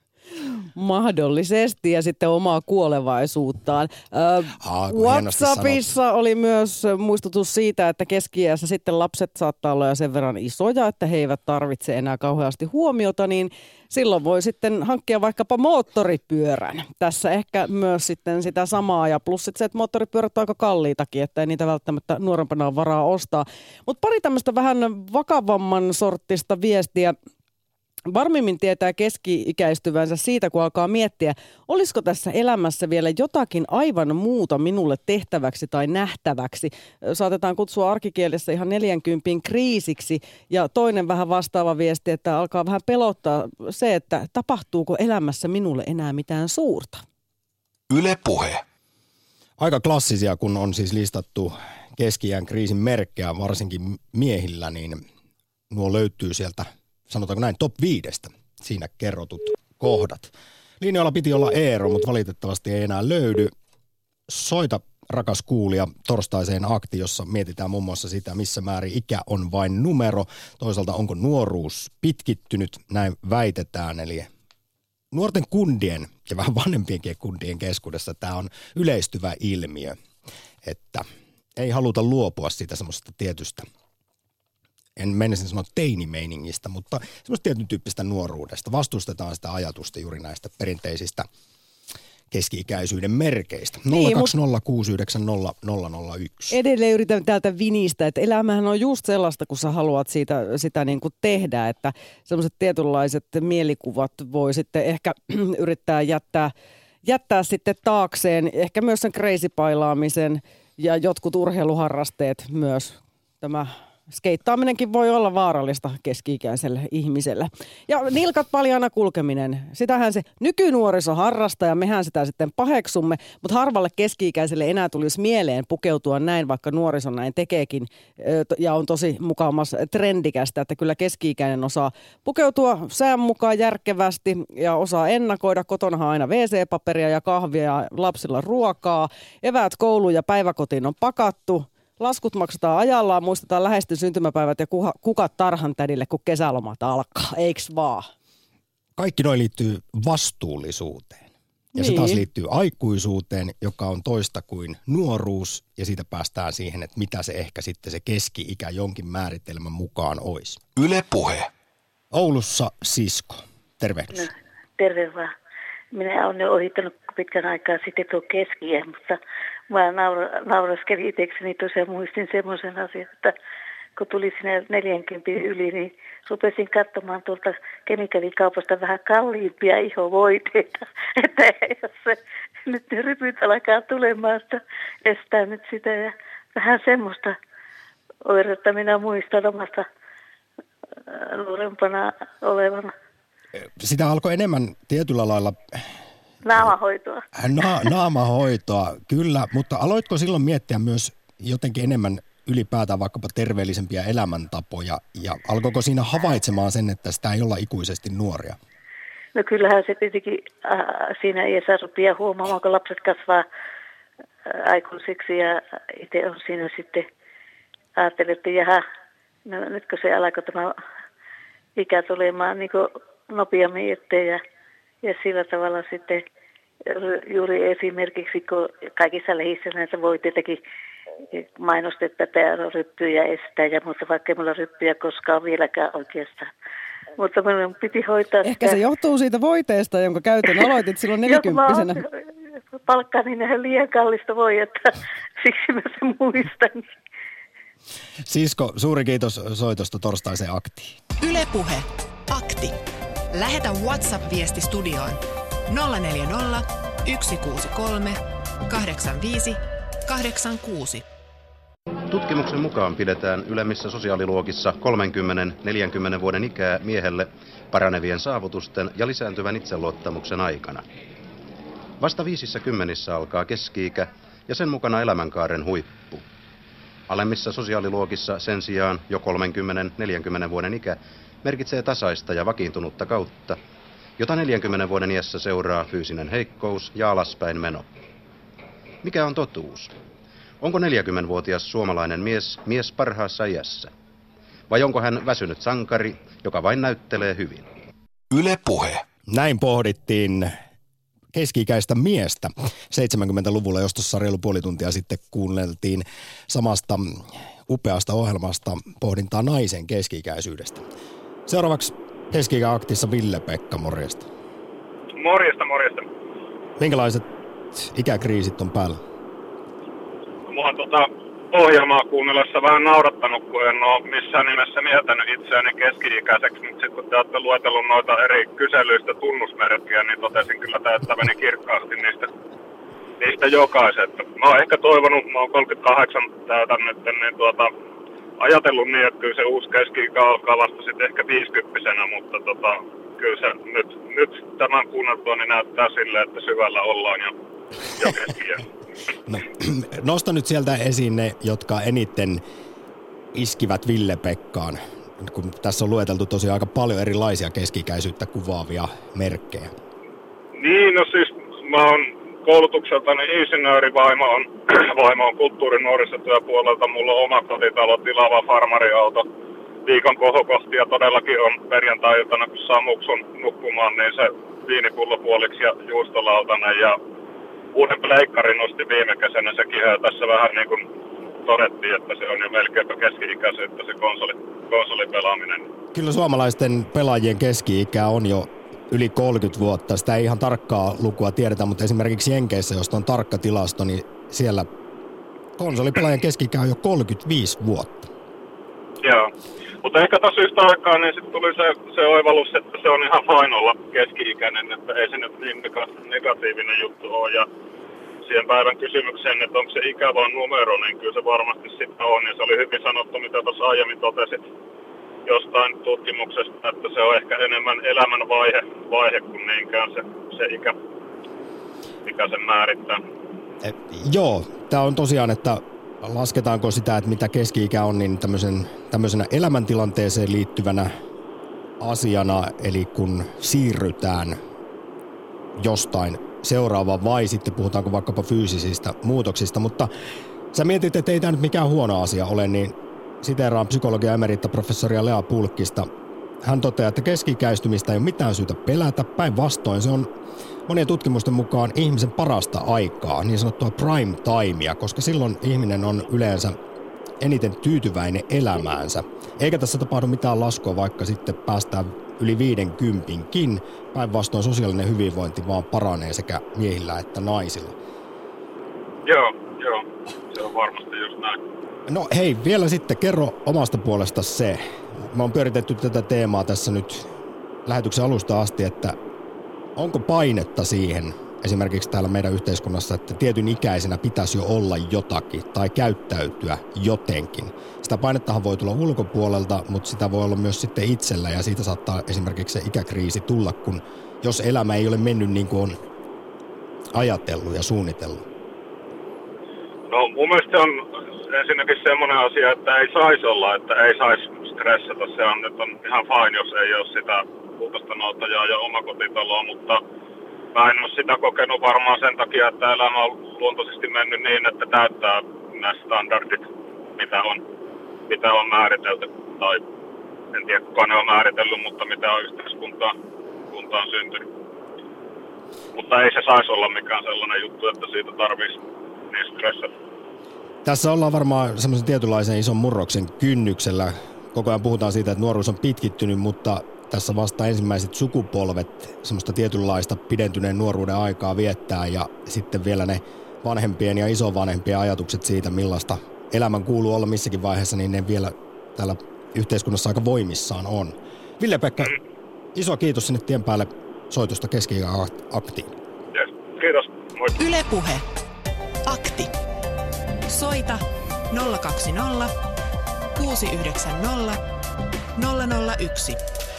Mahdollisesti ja sitten omaa kuolevaisuuttaan. Haa, WhatsAppissa oli myös muistutus siitä, että keski-iässä sitten lapset saattaa olla jo sen verran isoja, että he eivät tarvitse enää kauheasti huomiota, niin silloin voi sitten hankkia vaikkapa moottoripyörän. Tässä ehkä myös sitten sitä samaa ja plus sitten se, että moottoripyörät on aika kalliitakin, että ei niitä välttämättä nuorempana ole varaa ostaa. Mutta pari tämmöistä vähän vakavamman sorttista viestiä. Varmimmin tietää keski-ikäistyvänsä siitä, kun alkaa miettiä, olisiko tässä elämässä vielä jotakin aivan muuta minulle tehtäväksi tai nähtäväksi. Saatetaan kutsua arkikielessä ihan neljänkympin kriisiksi. Ja toinen vähän vastaava viesti, että alkaa vähän pelottaa se, että tapahtuuko elämässä minulle enää mitään suurta. Yle Puhe. Aika klassisia, kun on siis listattu keski-iän kriisin merkkejä, varsinkin miehillä, niin nuo löytyy sieltä, sanotaanko näin, top viidestä siinä kerrotut kohdat. Linjoilla piti olla Eero, mutta valitettavasti ei enää löydy. Soita, rakas kuulija, torstaiseen akti, jossa mietitään muun muassa sitä, missä määrin ikä on vain numero. Toisaalta onko nuoruus pitkittynyt, näin väitetään. Eli nuorten kundien ja vähän vanhempienkin kundien keskuudessa tämä on yleistyvä ilmiö, että ei haluta luopua siitä semmoisesta tietystä, en menisin sanoa teinimeiningistä, mutta semmoista tietyn tyyppistä nuoruudesta. Vastustetaan sitä ajatusta juuri näistä perinteisistä keski-ikäisyyden merkeistä. nolla kaksi nolla kuusi yhdeksän nolla nolla nolla yksi. Edelleen yritän täältä vinistä, että elämähän on just sellaista, kun sä haluat siitä, sitä niin kuin tehdä, että sellaiset tietynlaiset mielikuvat voi sitten ehkä yrittää jättää, jättää sitten taakseen, ehkä myös sen crazy-pailaamisen ja jotkut urheiluharrasteet myös. Tämä skeittaaminenkin voi olla vaarallista keski-ikäiselle ihmiselle. Ja nilkat paljaana kulkeminen, sitähän se nykynuoriso harrastaa ja mehän sitä sitten paheksumme, mutta harvalle keski-ikäiselle enää tulisi mieleen pukeutua näin, vaikka nuoriso näin tekeekin ja on tosi mukamas trendikästä, että kyllä keski-ikäinen osaa pukeutua sään mukaan järkevästi ja osaa ennakoida. Kotonahan aina wee see-paperia ja kahvia ja lapsilla ruokaa, eväät kouluun ja päiväkotiin on pakattu. Laskut maksetaan ajallaan, muistetaan läheisten syntymäpäivät ja kukat tarhantädille, kun kesälomat alkaa, eiks vaan? Kaikki noi liittyy vastuullisuuteen. Ja niin. se taas liittyy aikuisuuteen, joka on toista kuin nuoruus, ja siitä päästään siihen, että mitä se ehkä sitten se keski-ikä jonkin määritelmän mukaan olisi. Yle Puhe. Oulussa Sisko, tervehdys. No, terve vaan. Minä olen jo ohittanut pitkän aikaa sitten tuo keski-iän, mutta mä naura, nauraskelin itsekseni tosiaan muistin semmoisen asian, että kun tuli sinne neljänkymmenen yli, niin rupesin katsomaan tuolta kemikaalikaupasta vähän kalliimpia ihovoiteita, että jos se nyt ne rypyt alkaa tulemaan, että estää nyt sitä ja vähän semmoista oiretta minä muistan omasta nuorempana olevana. Sitä alkoi enemmän tietyllä lailla naamahoitoa. Na, naamahoitoa, kyllä, mutta aloitko silloin miettiä myös jotenkin enemmän ylipäätään vaikkapa terveellisempiä elämäntapoja ja alkoiko siinä havaitsemaan sen, että sitä ei olla ikuisesti nuoria? No kyllähän se tietenkin äh, siinä ei saa rupia huomaamaan, kun lapset kasvaa äh, aikuisiksi ja itse on siinä sitten ajattelin, että jaha, no nytkö se alkoi tämä ikä tulemaan niin kuin nopeammin eteen ja, ja sillä tavalla sitten juuri esimerkiksi, kun kaikissa lehissä näitä voi tietenkin mainostettu, että ryppyjä estää, ja, mutta vaikka ei mulla ryppyjä koskaan vieläkään oikeastaan. Mutta minun piti hoitaa Ehkä sitä. Se johtuu siitä voiteesta, jonka käytön aloitit silloin nelikymppisenä. Palkkaani niin liian kallista voi, että siksi mä sen muistan. Sisko, suuri kiitos soitosta torstaiseen aktiin. Yle Puhe. Akti. Lähetä WhatsApp-viesti studioon nolla neljä nolla, yksi kuusi kolme, kahdeksan viisi, kahdeksan kuusi. Tutkimuksen mukaan pidetään ylemmissä sosiaaliluokissa kolmekymmentä neljäkymmentä vuoden ikää miehelle paranevien saavutusten ja lisääntyvän itseluottamuksen aikana. Vasta viisissä kymmenissä alkaa keski-ikä ja sen mukana elämänkaaren huippu. Alemmissa sosiaaliluokissa sen sijaan jo kolmekymmentä neljäkymmentä vuoden ikä merkitsee tasaista ja vakiintunutta kautta, jota neljänkymmenen vuoden iässä seuraa fyysinen heikkous ja alaspäin meno. Mikä on totuus? Onko neljäkymmenvuotias suomalainen mies mies parhaassa iässä? Vai onko hän väsynyt sankari, joka vain näyttelee hyvin? Yle Puhe. Näin pohdittiin keski-ikäistä miestä seitsemänkymmentäluvulla, jos tuossa reilu puoli tuntia sitten kuunneltiin samasta upeasta ohjelmasta pohdintaa naisen keski-ikäisyydestä. Seuraavaksi keski-ikäaktissa Ville-Pekka, morjesta. Morjesta, morjesta. Minkälaiset ikäkriisit on päällä? Mua on tota ohjelmaa kuunnellessa vähän naurattanut, kun en ole missään nimessä mieltänyt itseäni keski-ikäiseksi, mutta sitten kun te olette luetellut noita eri kyselyistä tunnusmerkkiä, niin totesin kyllä täyttäväni kirkkaasti niistä, niistä jokaiset. Mä oon ehkä toivonut, mä oon kolmekymmentäkahdeksan täytän nyt, niin tuota, ajatellut niin, että kyllä se uusi keski-ikä alkaa vasta sitten ehkä viisikymppisenä, mutta tota, kyllä se nyt, nyt tämän kuunneltua niin näyttää silleen, että syvällä ollaan jo, jo keski-iän. No, nosta nyt sieltä esiin ne, jotka eniten iskivät Ville-Pekkaan, kun tässä on lueteltu tosiaan aika paljon erilaisia keski-ikäisyyttä kuvaavia merkkejä. Niin, no siis mä oon koulutukseltani insinööri, vaimo on, vaimo on kulttuurinuorisotyöpuolelta, mulla on oma kotitalo, tilava farmariauto, viikon kohokohti ja todellakin on perjantai-iltana, kun saa muksun nukkumaan, niin se viinipullo puoliksi ja juustolautanen ja uuden pleikkarin nosti viime kesänä, sekin tässä vähän niin kuin todettiin, että se on jo melkeinpä keski-ikäisyyttä se konsoli, konsolipelaaminen. Kyllä suomalaisten pelaajien keski-ikä on jo yli kolmekymmentä vuotta. Sitä ei ihan tarkkaa lukua tiedetä, mutta esimerkiksi Jenkeissä, josta on tarkka tilasto, niin siellä konsolipelaajan keski-ikä on jo kolmekymmentäviisi vuotta. Joo, mutta ehkä tuossa yhtä aikaa niin sitten tuli se, se oivallus, että se on ihan fine olla keski-ikäinen, että ei se nyt niin negatiivinen juttu ole. Ja siihen päivän kysymykseen, että onko se ikä vaan numero, niin kyllä se varmasti sitten on. Ja se oli hyvin sanottu, mitä tuossa aiemmin totesit jostain tutkimuksesta, että se on ehkä enemmän elämän vaihe, vaihe kuin niinkään se, se ikä, mikä sen määrittää. Eh, joo, tämä on tosiaan, että lasketaanko sitä, että mitä keski-ikä on, niin tämmöisen, tämmöisenä elämäntilanteeseen liittyvänä asiana, eli kun siirrytään jostain seuraavaan vai sitten puhutaanko vaikkapa fyysisistä muutoksista, mutta sä mietit, että ei tämä nyt mikään huono asia ole, niin siteeraan psykologia emerita professoria Lea Pulkkista. Hän toteaa, että keski-ikäistymistä ei ole mitään syytä pelätä. Päinvastoin se on monien tutkimusten mukaan ihmisen parasta aikaa, niin sanottua prime timea, koska silloin ihminen on yleensä eniten tyytyväinen elämäänsä. Eikä tässä tapahdu mitään laskua, vaikka sitten päästään yli viidenkympinkin. Päinvastoin sosiaalinen hyvinvointi vaan paranee sekä miehillä että naisilla. Joo, joo. Se on varmasti just näin. No hei, vielä sitten kerro omasta puolesta se. Mä oon pyöritetty tätä teemaa tässä nyt lähetyksen alusta asti, että onko painetta siihen esimerkiksi täällä meidän yhteiskunnassa, että tietyn ikäisenä pitäisi jo olla jotakin tai käyttäytyä jotenkin. Sitä painettahan voi tulla ulkopuolelta, mutta sitä voi olla myös sitten itsellä ja siitä saattaa esimerkiksi se ikäkriisi tulla, kun jos elämä ei ole mennyt niin kuin on ajatellut ja suunnitellut. No mun mielestä on ensinnäkin semmoinen asia, että ei saisi olla, että ei saisi stressata. Se on nyt on ihan fine, jos ei ole sitä kultaista noutajaa ja omakotitaloa, mutta mä en ole sitä kokenut varmaan sen takia, että elämä on luontoisesti mennyt niin, että täyttää nämä standardit, mitä on, mitä on määritelty. Tai en tiedä kuka ne on määritellyt, mutta mitä on yhteiskuntaan kuntaan syntynyt. Mutta ei se saisi olla mikään sellainen juttu, että siitä tarvitsisi niin stressata. Tässä ollaan varmaan semmoisen tietynlaisen ison murroksen kynnyksellä. Koko ajan puhutaan siitä, että nuoruus on pitkittynyt, mutta tässä vasta ensimmäiset sukupolvet semmoista tietynlaista pidentyneen nuoruuden aikaa viettää ja sitten vielä ne vanhempien ja isovanhempien ajatukset siitä, millaista elämän kuuluu olla missäkin vaiheessa, niin ne vielä täällä yhteiskunnassa aika voimissaan on. Ville-Pekka, iso kiitos sinne tien päälle soitosta Keski-Aktiin. Yes. Kiitos. Moi. Yle Puhe. Akti. Soita nolla kaksi nolla kuusi yhdeksän nolla nolla nolla yksi.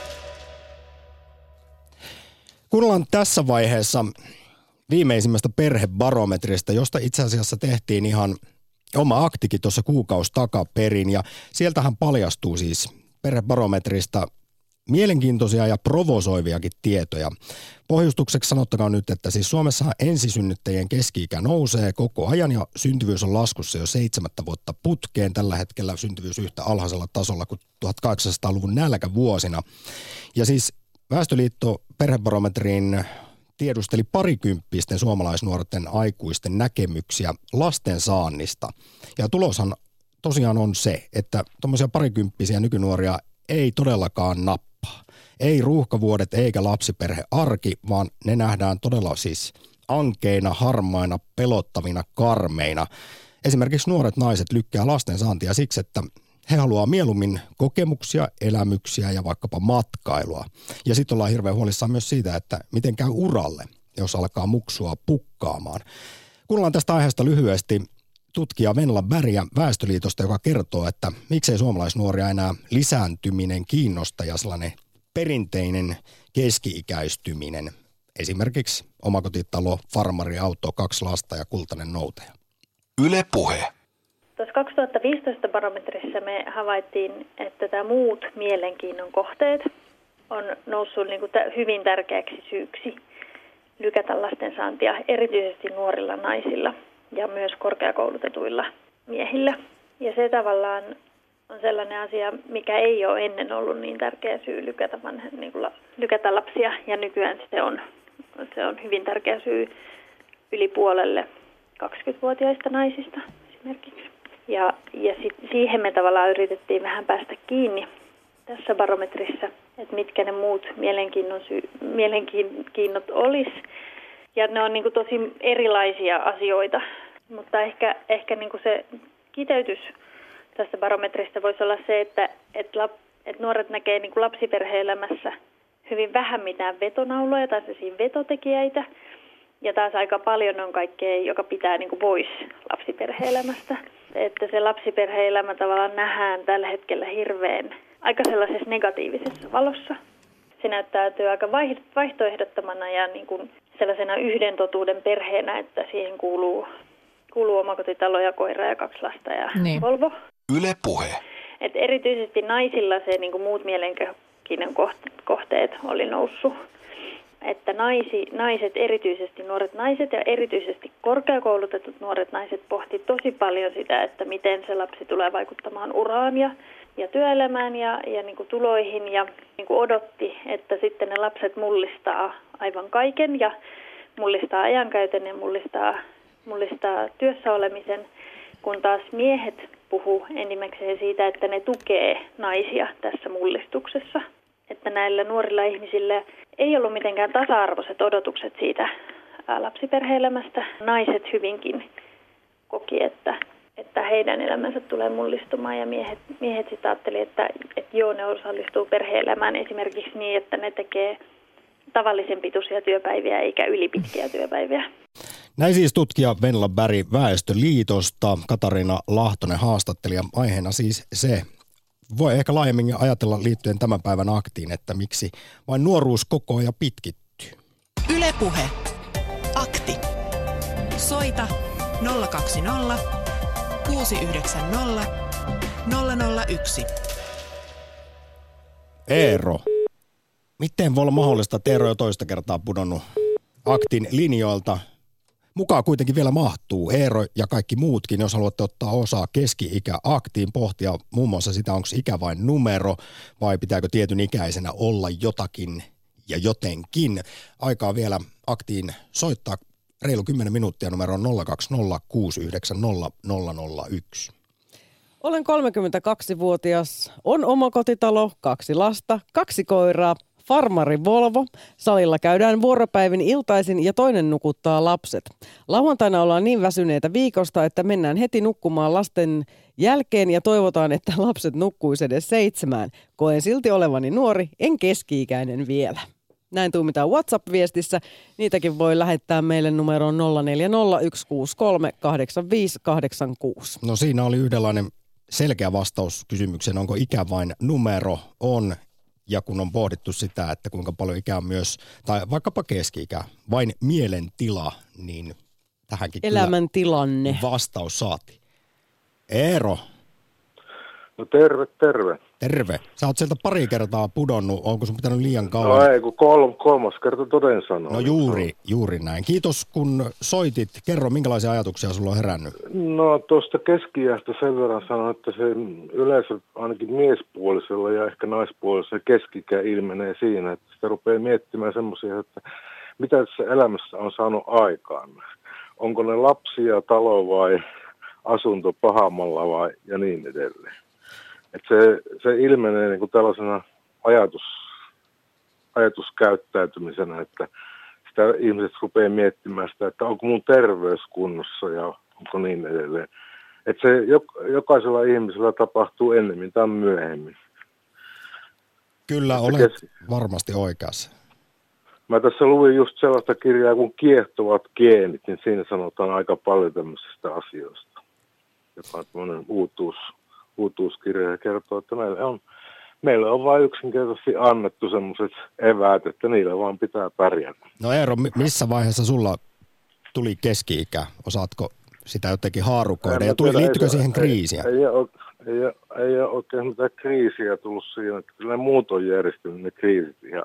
Kuunnellaan tässä vaiheessa viimeisimmästä perhebarometrista, josta itse asiassa tehtiin ihan oma aktikin tuossa kuukausi takaperin. Ja sieltähän paljastuu siis perhebarometrista mielenkiintoisia ja provosoiviakin tietoja. Pohjustukseksi sanottakaan nyt, että siis Suomessahan ensisynnyttäjien keski-ikä nousee koko ajan ja syntyvyys on laskussa jo seitsemättä vuotta putkeen. Tällä hetkellä syntyvyys yhtä alhaisella tasolla kuin tuhatkahdeksansataaluvun nälkävuosina. Ja siis Väestöliitto perhebarometriin tiedusteli parikymppisten suomalaisnuorten aikuisten näkemyksiä lasten saannista. Ja tuloshan tosiaan on se, että tuommoisia parikymppisiä nykynuoria ei todellakaan nappaa. Ei ruuhkavuodet eikä lapsiperhearki, vaan ne nähdään todella siis ankeina, harmaina, pelottavina, karmeina. Esimerkiksi nuoret naiset lykkää lasten saantia siksi, että he haluaa mieluummin kokemuksia, elämyksiä ja vaikkapa matkailua. Ja sitten ollaan hirveän huolissaan myös siitä, että miten käy uralle, jos alkaa muksua pukkaamaan. Kuunnellaan tästä aiheesta lyhyesti tutkija Venla Bergia Väestöliitosta, joka kertoo, että miksei suomalaisnuoria enää lisääntyminen kiinnosta ja sellainen perinteinen keski-ikäistyminen. Esimerkiksi omakotitalo, farmariauto, kaksi lasta ja kultainen noutaja. Yle Puhe. Tuossa kaksituhattaviisitoista barometrissa me havaittiin, että tämä muut mielenkiinnon kohteet on noussut niin kuin hyvin tärkeäksi syyksi lykätä lastensaantia, erityisesti nuorilla naisilla ja myös korkeakoulutetuilla miehillä. Ja se tavallaan on sellainen asia, mikä ei ole ennen ollut niin tärkeä syy lykätä, vanha, niin kuin lykätä lapsia, ja nykyään se on, se on hyvin tärkeä syy yli puolelle kaksikymmentävuotiaista naisista esimerkiksi. Ja, ja sit siihen me tavallaan yritettiin vähän päästä kiinni tässä barometrissa, että mitkä ne muut mielenkiinnon syy, mielenkiinnot olisi. Ja ne on niin kuin tosi erilaisia asioita, mutta ehkä, ehkä niin kuin se kiteytys tästä barometrista voisi olla se, että, että, lap, että nuoret näkee niin kuin lapsiperhe-elämässä hyvin vähän mitään vetonauloja tai sellaisia vetotekijöitä. Ja taas aika paljon on kaikkea, joka pitää niin kuin pois lapsiperhe-elämästä. Että se lapsiperhe-elämä tavallaan nähdään tällä hetkellä hirveän aika sellaisessa negatiivisessa valossa. Se näyttäytyy aika vaihtoehdottomana ja niin kuin sellaisena yhden totuuden perheenä, että siihen kuuluu, kuuluu omakotitalo ja koira ja kaksi lasta ja niin. Volvo. Yle Puhe. Et erityisesti naisilla se niin kuin muut mielenkiinnon kohteet oli noussut. Että naisi, naiset, erityisesti nuoret naiset ja erityisesti korkeakoulutetut nuoret naiset pohti tosi paljon sitä, että miten se lapsi tulee vaikuttamaan uraan ja ja työelämään ja, ja niin kuin tuloihin ja niin kuin odotti, että sitten ne lapset mullistaa aivan kaiken ja mullistaa ajankäytön ja mullistaa, mullistaa työssä olemisen, kun taas miehet puhuu enimmäkseen siitä, että ne tukee naisia tässä mullistuksessa. Että näillä nuorilla ihmisillä ei ollut mitenkään tasa-arvoiset odotukset siitä lapsiperhe-elämästä. Naiset hyvinkin koki, että, että heidän elämänsä tulee mullistumaan ja miehet, miehet sitten ajatteli, että, että joo, ne osallistuu perhe-elämään esimerkiksi niin, että ne tekee tavallisen pituisia työpäiviä eikä ylipitkiä työpäiviä. Näin siis tutkija Venla Berg Väestöliitosta, Katariina Lahtonen haastattelija. Aiheena siis se, voi ehkä laajemmin ajatella liittyen tämän päivän aktiin, että miksi vain nuoruus koko ajan pitkittyy. Yle Puhe. Akti. Soita nolla kaksi nolla kuusi yhdeksän nolla nolla nolla yksi. Eero. Miten voi olla mahdollista, että Eero jo toista kertaa pudonnut aktin linjoilta? Mukaan kuitenkin vielä mahtuu Eero ja kaikki muutkin, jos haluatte ottaa osaa keski-ikäaktiin, pohtia muun muassa sitä, onko ikä vain numero vai pitääkö tietyn ikäisenä olla jotakin ja jotenkin. Aikaa vielä aktiin soittaa reilu kymmenen minuuttia numeroon nolla kaksi nolla kuusi yhdeksän nolla nolla nolla yksi. Olen kolmekymmentäkaksivuotias, on omakotitalo, kaksi lasta, kaksi koiraa, farmari Volvo. Salilla käydään vuoropäivin iltaisin ja toinen nukuttaa lapset. Lauantaina ollaan niin väsyneitä viikosta, että mennään heti nukkumaan lasten jälkeen ja toivotaan, että lapset nukkuisi edes seitsemään. Koen silti olevani nuori, en keski-ikäinen vielä. Näin tuumitaan WhatsApp-viestissä. Niitäkin voi lähettää meille numeroon nolla neljä nolla yksi kuusi kolme kahdeksan viisi kahdeksan kuusi. No siinä oli yhdenlainen selkeä vastaus kysymykseen, onko ikä vain numero, on. Ja kun on pohdittu sitä, että kuinka paljon ikä on myös, tai vaikkapa keski-ikä, vain mielentila, niin tähänkin elämäntilanne vastaus saatiin. Eero. No terve, terve. Terve. Sä oot sieltä pari kertaa pudonnut. Onko sun pitänyt liian kauan? No ei, kun kol- kolmas kerta toden sanoo. No juuri, juuri näin. Kiitos kun soitit. Kerro, minkälaisia ajatuksia sulla on herännyt? No tuosta keski-iästä sen verran sanon, että se yleensä ainakin miespuolisella ja ehkä naispuolisella keski-ikä ilmenee siinä, että sitä rupeaa miettimään semmoisia, että mitä tässä elämässä on saanut aikaan. Onko ne lapsia, talo vai asunto pahamalla vai ja niin edelleen. Että se, se ilmenee niin kuin tällaisena ajatus, ajatuskäyttäytymisenä, että sitä ihmiset rupeaa miettimään sitä, että onko mun terveys kunnossa ja onko niin edelleen. Että se jokaisella ihmisellä tapahtuu ennemmin tai myöhemmin. Kyllä, että olet kes... varmasti oikeassa. Mä tässä luin just sellaista kirjaa kuin Kiehtovat geenit, niin siinä sanotaan aika paljon tämmöisistä asioista, joka on tämmöinen uutuus. uutuuskirja kertoo, että meillä on, meillä on vain yksinkertaisesti annettu semmoiset eväät, että niillä vaan pitää pärjätä. No Eero, missä vaiheessa sulla tuli keski-ikä? Osaatko sitä jotenkin haarukoida? Ja tuli, liittyykö siihen kriisiä? Ei, ei, ole, ei, ole, ei ole oikein mitään kriisiä tullut siinä, että kyllä ne muut on järjestynyt ne kriisit ihan.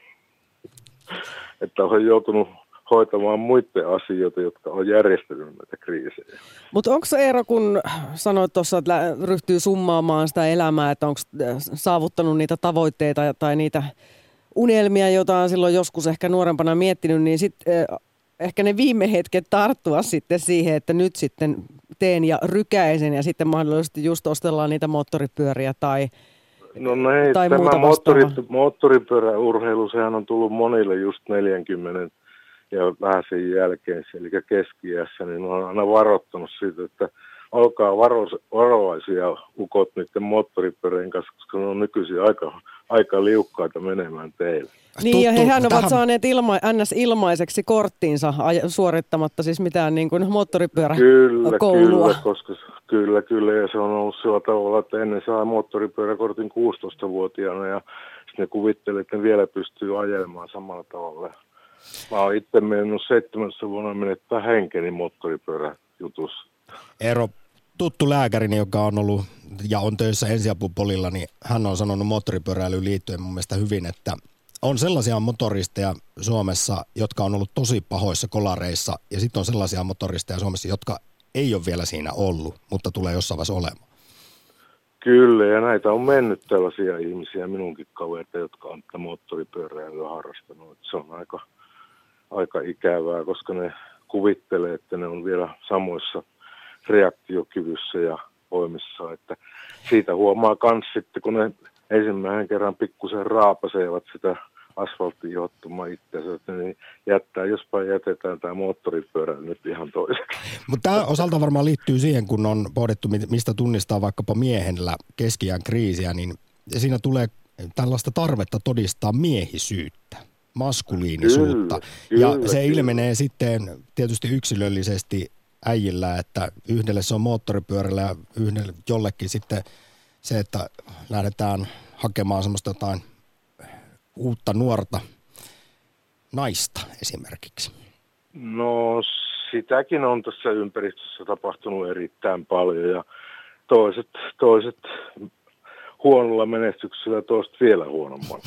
Että on joutunut hoitamaan muiden asioita, jotka on järjestänyt näitä kriisejä. Mutta onko se Eero, kun sanoit tuossa, että ryhtyy summaamaan sitä elämää, että onko saavuttanut niitä tavoitteita tai niitä unelmia, joita on silloin joskus ehkä nuorempana miettinyt, niin sitten ehkä ne viime hetket tarttua sitten siihen, että nyt sitten teen ja rykäisen ja sitten mahdollisesti just ostellaan niitä moottoripyöriä tai No no ei, tai tämä moottori, moottoripyöräurheilu, sehän on tullut monille just neljänkymmenen ja vähän sen jälkeen, eli keski-iässä, niin on aina varoittanut siitä, että olkaa varo, varovaisia ukot niiden moottoripyörien kanssa, koska ne on nykyisin aika, aika liukkaita menemään teille. Niin ja hehän ovat saaneet ilma, ns. Ilmaiseksi korttiinsa suorittamatta siis mitään niin kuin moottoripyöräkoulua. Kyllä, kyllä, koska, kyllä, kyllä, ja se on ollut sillä tavalla, että ennen saa moottoripyöräkortin kuusitoistavuotiaana ja sitten ne kuvittelee, että ne vielä pystyy ajelemaan samalla tavalla. Mä oon itse mennyt seitsemässä vuonna menettää henkeni moottoripyöräjutussa. Eero, tuttu lääkärini, joka on ollut ja on töissä ensiapupolilla, niin hän on sanonut moottoripyöräilyyn liittyen mun mielestä hyvin, että on sellaisia motoristeja Suomessa, jotka on ollut tosi pahoissa kolareissa, ja sitten on sellaisia motoristeja Suomessa, jotka ei ole vielä siinä ollut, mutta tulee jossain vaiheessa olemaan. Kyllä, ja näitä on mennyt tällaisia ihmisiä, minunkin kavereita, jotka on tätä moottoripyöräilyä harrastanut. Se on aika, aika ikävää, koska ne kuvittelee, että ne on vielä samoissa reaktiokyvyssä ja voimissa. Että siitä huomaa myös sitten, kun ne ensimmäisen kerran pikkusen raapasevat sitä asfalttijohtumaa itseänsä, niin jättää, jospa jätetään tämä moottoripyörä nyt ihan toiseksi. Mutta tämä osalta varmaan liittyy siihen, kun on pohdittu, mistä tunnistaa vaikkapa miehellä keski-iän kriisiä, niin siinä tulee tällaista tarvetta todistaa miehisyyttä, maskuliinisuutta. Kyllä, ja kyllä, se kyllä. ilmenee sitten tietysti yksilöllisesti äijillä, että yhdelle se on moottoripyörällä ja yhdelle jollekin sitten se, että lähdetään hakemaan semmoista jotain uutta nuorta naista esimerkiksi. No sitäkin on tässä ympäristössä tapahtunut erittäin paljon ja toiset, toiset huonolla menestyksellä, toiset vielä huonommalla.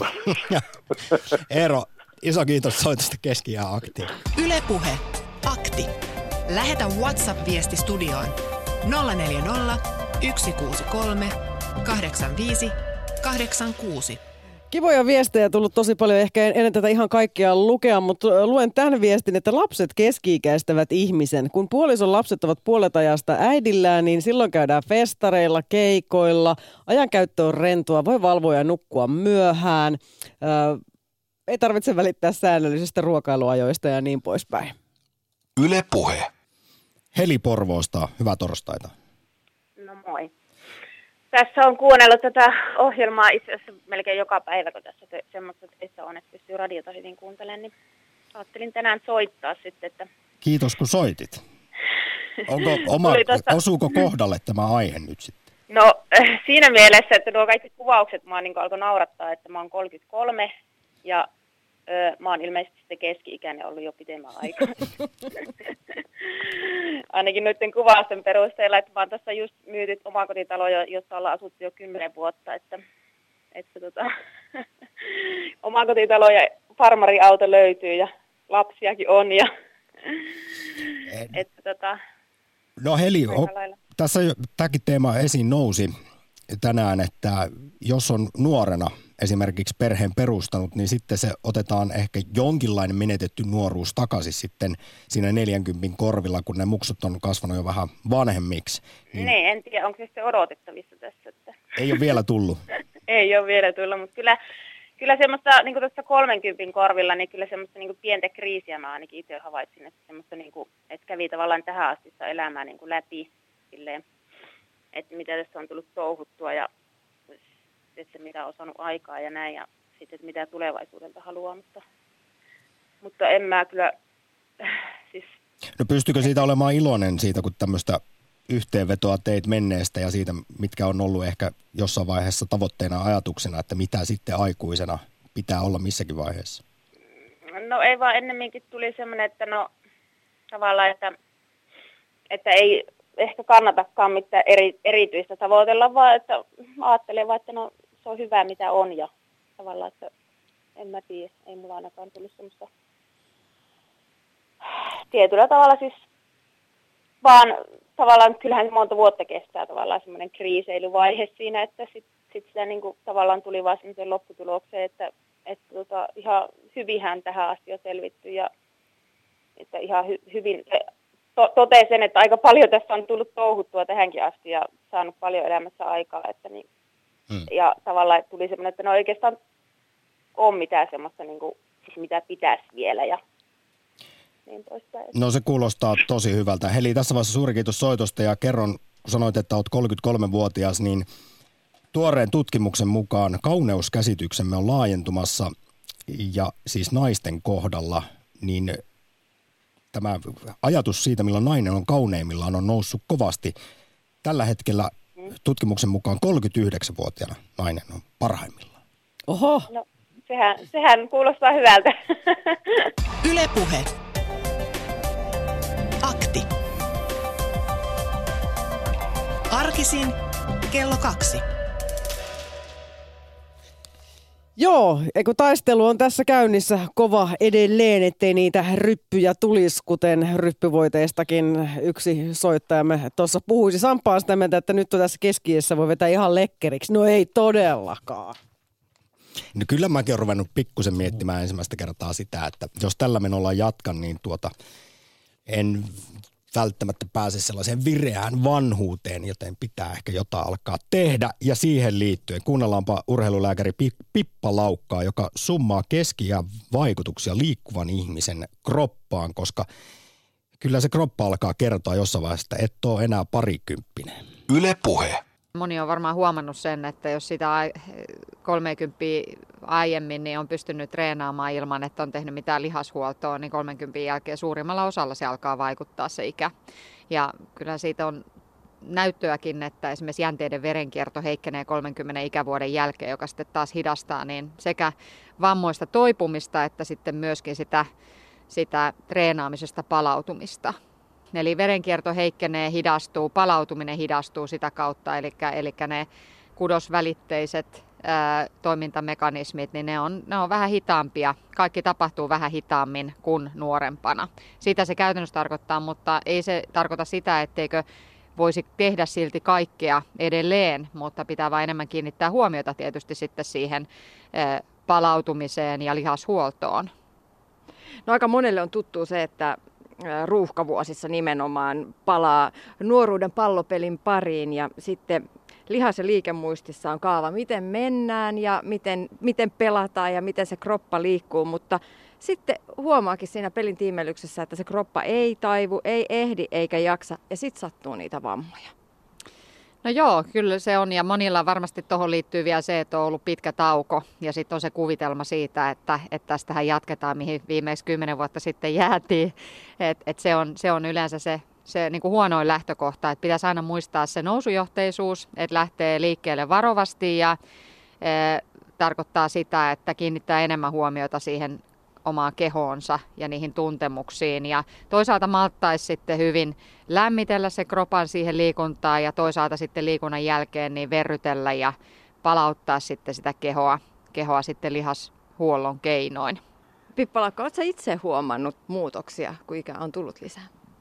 Eero, iso kiitos soitosta Keski-iän Aktiin. Yle Puhe. Akti. Lähetä WhatsApp-viesti studioon nolla neljä nolla, yksi kuusi kolme, kahdeksan viisi, kahdeksan kuusi. Kivoja viestejä tullut tosi paljon, ehkä en, en tätä ihan kaikkia lukea, mutta luen tämän viestin, että lapset keski-ikäistävät ihmisen. Kun puolison lapset ovat puolet ajasta äidillään, niin silloin käydään festareilla, keikoilla, ajankäyttö on rentoa, voi valvoa ja nukkua myöhään, Ö, ei tarvitse välittää säännöllisistä ruokailuajoista ja niin poispäin. Yle Puhe. Heli Porvoosta, hyvää torstaita. No moi. Tässä on kuunnellut tätä ohjelmaa itse asiassa melkein joka päivä, kun tässä te, semmoista teissä on, että pystyy radiota hyvin kuuntelemaan, niin ajattelin tänään soittaa sitten, että... Kiitos kun soitit. Onko oma, tosta... Osuuko kohdalle tämä aihe nyt sitten? No siinä mielessä, että nuo kaikki kuvaukset mä niin alkoi naurattaa, että mä oon kolmekymmentäkolme ja ö, mä oon ilmeisesti sitten keski-ikäinen ollut jo pitemmän aikaa. Ainakin noiden kuvausten perusteella, että mä oon tässä just myyty omakotitalo, jossa ollaan asuttu jo kymmenen vuotta, että, että tota, omakotitalo ja farmariauto löytyy ja lapsiakin on. Ja, että, tota, no Heli, o, tässä tämäkin teema esiin nousi tänään, että jos on nuorena esimerkiksi perheen perustanut, niin sitten se otetaan ehkä jonkinlainen menetetty nuoruus takaisin sitten siinä neljänkympin korvilla, kun ne muksut on kasvanut jo vähän vanhemmiksi. Niin, niin en tiedä, onko se sitten odotettavissa tässä. Että... Ei ole vielä tullut. Ei ole vielä tullut, mutta kyllä, kyllä semmoista, niin kuin tuossa kolmenkympin korvilla, niin kyllä semmoista niin kuin pientä kriisiä mä ainakin itse havaitsin, että semmoista, niin kuin, että kävi tavallaan tähän asti sitä elämää niin kuin läpi, silleen, että mitä tässä on tullut touhuttua ja että mitä on saanut aikaa ja näin, ja sitten, että mitä tulevaisuudelta haluaa, mutta, mutta en mä kyllä, siis... No pystykö siitä olemaan iloinen siitä, kun tämmöistä yhteenvetoa teit menneestä ja siitä, mitkä on ollut ehkä jossain vaiheessa tavoitteena ajatuksena, että mitä sitten aikuisena pitää olla missäkin vaiheessa? No ei vaan ennemminkin tuli semmoinen, että no tavallaan, että, että ei ehkä kannatakaan mitään eri, erityistä tavoitella, vaan että ajattelen vaan, että no se on hyvä mitä on ja tavallaan, että en mä tiedä, ei mulla ainakaan tullut semmoista tietyllä tavalla siis, vaan tavallaan kyllähän monta vuotta kestää tavallaan semmoinen kriiseilyvaihe siinä, että sitten sit sitä niin kuin, tavallaan tuli vaan semmoiseen lopputulokseen, että, että tota, ihan hyvinhän tähän asti on selvitty ja että ihan hy, hyvin, to, totesin sen, että aika paljon tässä on tullut touhuttua tähänkin asti ja saanut paljon elämässä aikaa, että niin, hmm. ja tavallaan että tuli semmoinen, että no oikeastaan on mitään semmoista, niin kuin, mitä pitäisi vielä ja niin poispäin. No se kuulostaa tosi hyvältä. Heli, tässä vaiheessa suuri kiitos soitosta ja kerron, kun sanoit, että olet kolmekymmentäkolmevuotias, niin tuoreen tutkimuksen mukaan kauneuskäsityksemme on laajentumassa ja siis naisten kohdalla, niin tämä ajatus siitä, milloin nainen on kauneimmillaan, on noussut kovasti. Tällä hetkellä tutkimuksen mukaan kolmekymmentäyhdeksänvuotiaana nainen on parhaimmillaan. Oho! No, sehän, sehän kuulostaa hyvältä. Yle Puhe. Akti. Arkisin kello kaksi. Joo, kun taistelu on tässä käynnissä kova edelleen, ettei niitä ryppyjä tulisi, kuten ryppyvoiteistakin yksi soittajamme tuossa puhuisi. Sampa on sitä mieltä, että nyt on tässä keski-iässä voi vetää ihan lekkeriksi. No ei todellakaan. No kyllä mäkin olen ruvennut pikkusen miettimään ensimmäistä kertaa sitä, että jos tällä menolla jatkan, niin tuota en välttämättä pääse sellaiseen vireään vanhuuteen, joten pitää ehkä jotain alkaa tehdä. Ja siihen liittyen kuunnellaanpa urheilulääkäri Pippa Laukkaa, joka summaa keski-iän vaikutuksia liikkuvan ihmisen kroppaan, koska kyllä se kroppa alkaa kertoa jossain vaiheessa, että et ole enää parikymppinen. Yle Puhe. Moni on varmaan huomannut sen, että jos sitä kolmekymmentä aiemmin niin on pystynyt treenaamaan ilman, että on tehnyt mitään lihashuoltoa, niin kolmenkymmenen jälkeen suurimmalla osalla se alkaa vaikuttaa se ikä. Ja kyllä siitä on näyttöäkin, että esimerkiksi jänteiden verenkierto heikkenee kolmenkymmenen ikävuoden jälkeen, joka sitten taas hidastaa niin sekä vammoista toipumista että sitten myöskin sitä, sitä treenaamisesta palautumista. Eli verenkierto heikkenee, hidastuu, palautuminen hidastuu sitä kautta, eli, eli ne kudosvälitteiset ää, toimintamekanismit, niin ne on, ne on vähän hitaampia. Kaikki tapahtuu vähän hitaammin kuin nuorempana. Sitä se käytännössä tarkoittaa, mutta ei se tarkoita sitä, etteikö voisi tehdä silti kaikkea edelleen, mutta pitää vain enemmän kiinnittää huomiota tietysti sitten siihen ää, palautumiseen ja lihashuoltoon. No aika monelle on tuttu se, että ruuhkavuosissa nimenomaan palaa nuoruuden pallopelin pariin ja sitten lihas- ja liikemuistissa on kaava, miten mennään ja miten, miten pelataan ja miten se kroppa liikkuu, mutta sitten huomaakin siinä pelin tiimelyksessä, että se kroppa ei taivu, ei ehdi eikä jaksa ja sitten sattuu niitä vammoja. No joo, kyllä se on ja monilla varmasti tuohon liittyy vielä se, että on ollut pitkä tauko ja sitten on se kuvitelma siitä, että, että tästähän jatketaan, mihin viimeksi kymmenen vuotta sitten jäätiin. Et, et se, on, se on yleensä se, se niin kuin huonoin lähtökohta, että pitäisi aina muistaa se nousujohteisuus, että lähtee liikkeelle varovasti ja e, tarkoittaa sitä, että kiinnittää enemmän huomiota siihen omaan kehoonsa ja niihin tuntemuksiin. Ja toisaalta malttaisi sitten hyvin lämmitellä se kropan siihen liikuntaan ja toisaalta sitten liikunnan jälkeen niin verrytellä ja palauttaa sitten sitä kehoa, kehoa sitten lihashuollon keinoin. Pippa Laukka, oletko itse huomannut muutoksia, kun ikä on tullut lisää?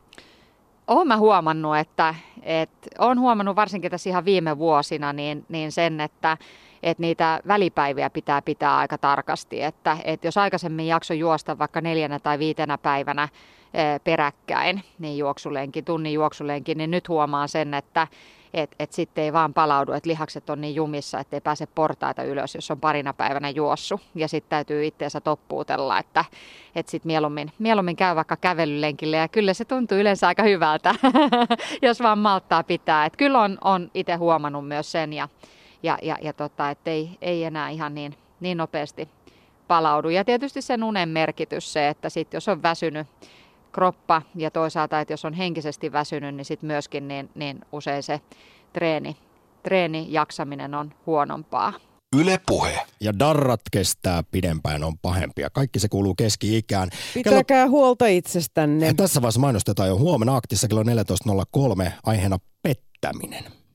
Olen mä huomannut, että, että olen huomannut varsinkin tässä ihan viime vuosina niin, niin sen, että että niitä välipäiviä pitää pitää aika tarkasti, että, että jos aikaisemmin jakso juosta vaikka neljänä tai viitenä päivänä peräkkäin, niin juoksulenkin, tunnin juoksulenkin, niin nyt huomaan sen, että et, et sitten ei vaan palaudu, että lihakset on niin jumissa, että ei pääse portaita ylös, jos on parina päivänä juossut. Ja sitten täytyy itseensä toppuutella, että et sitten mieluummin, mieluummin käy vaikka kävelylenkille ja kyllä se tuntuu yleensä aika hyvältä, jos vaan malttaa pitää. Et kyllä on, on itse huomannut myös sen ja Ja, ja, ja tota, että ei, ei enää ihan niin, niin nopeasti palaudu. Ja tietysti sen unen merkitys se, että sit jos on väsynyt kroppa ja toisaalta, että jos on henkisesti väsynyt, niin sit myöskin niin, niin usein se treeni, treeni jaksaminen on huonompaa. Yle Puhe. Ja darrat kestää pidempään, on pahempia. Kaikki se kuuluu keski-ikään. Pitäkää kello... huolta itsestänne. Ja tässä vaiheessa mainostetaan jo huomenna Aktissa kello neljätoista nolla kolme aiheena pettäminen.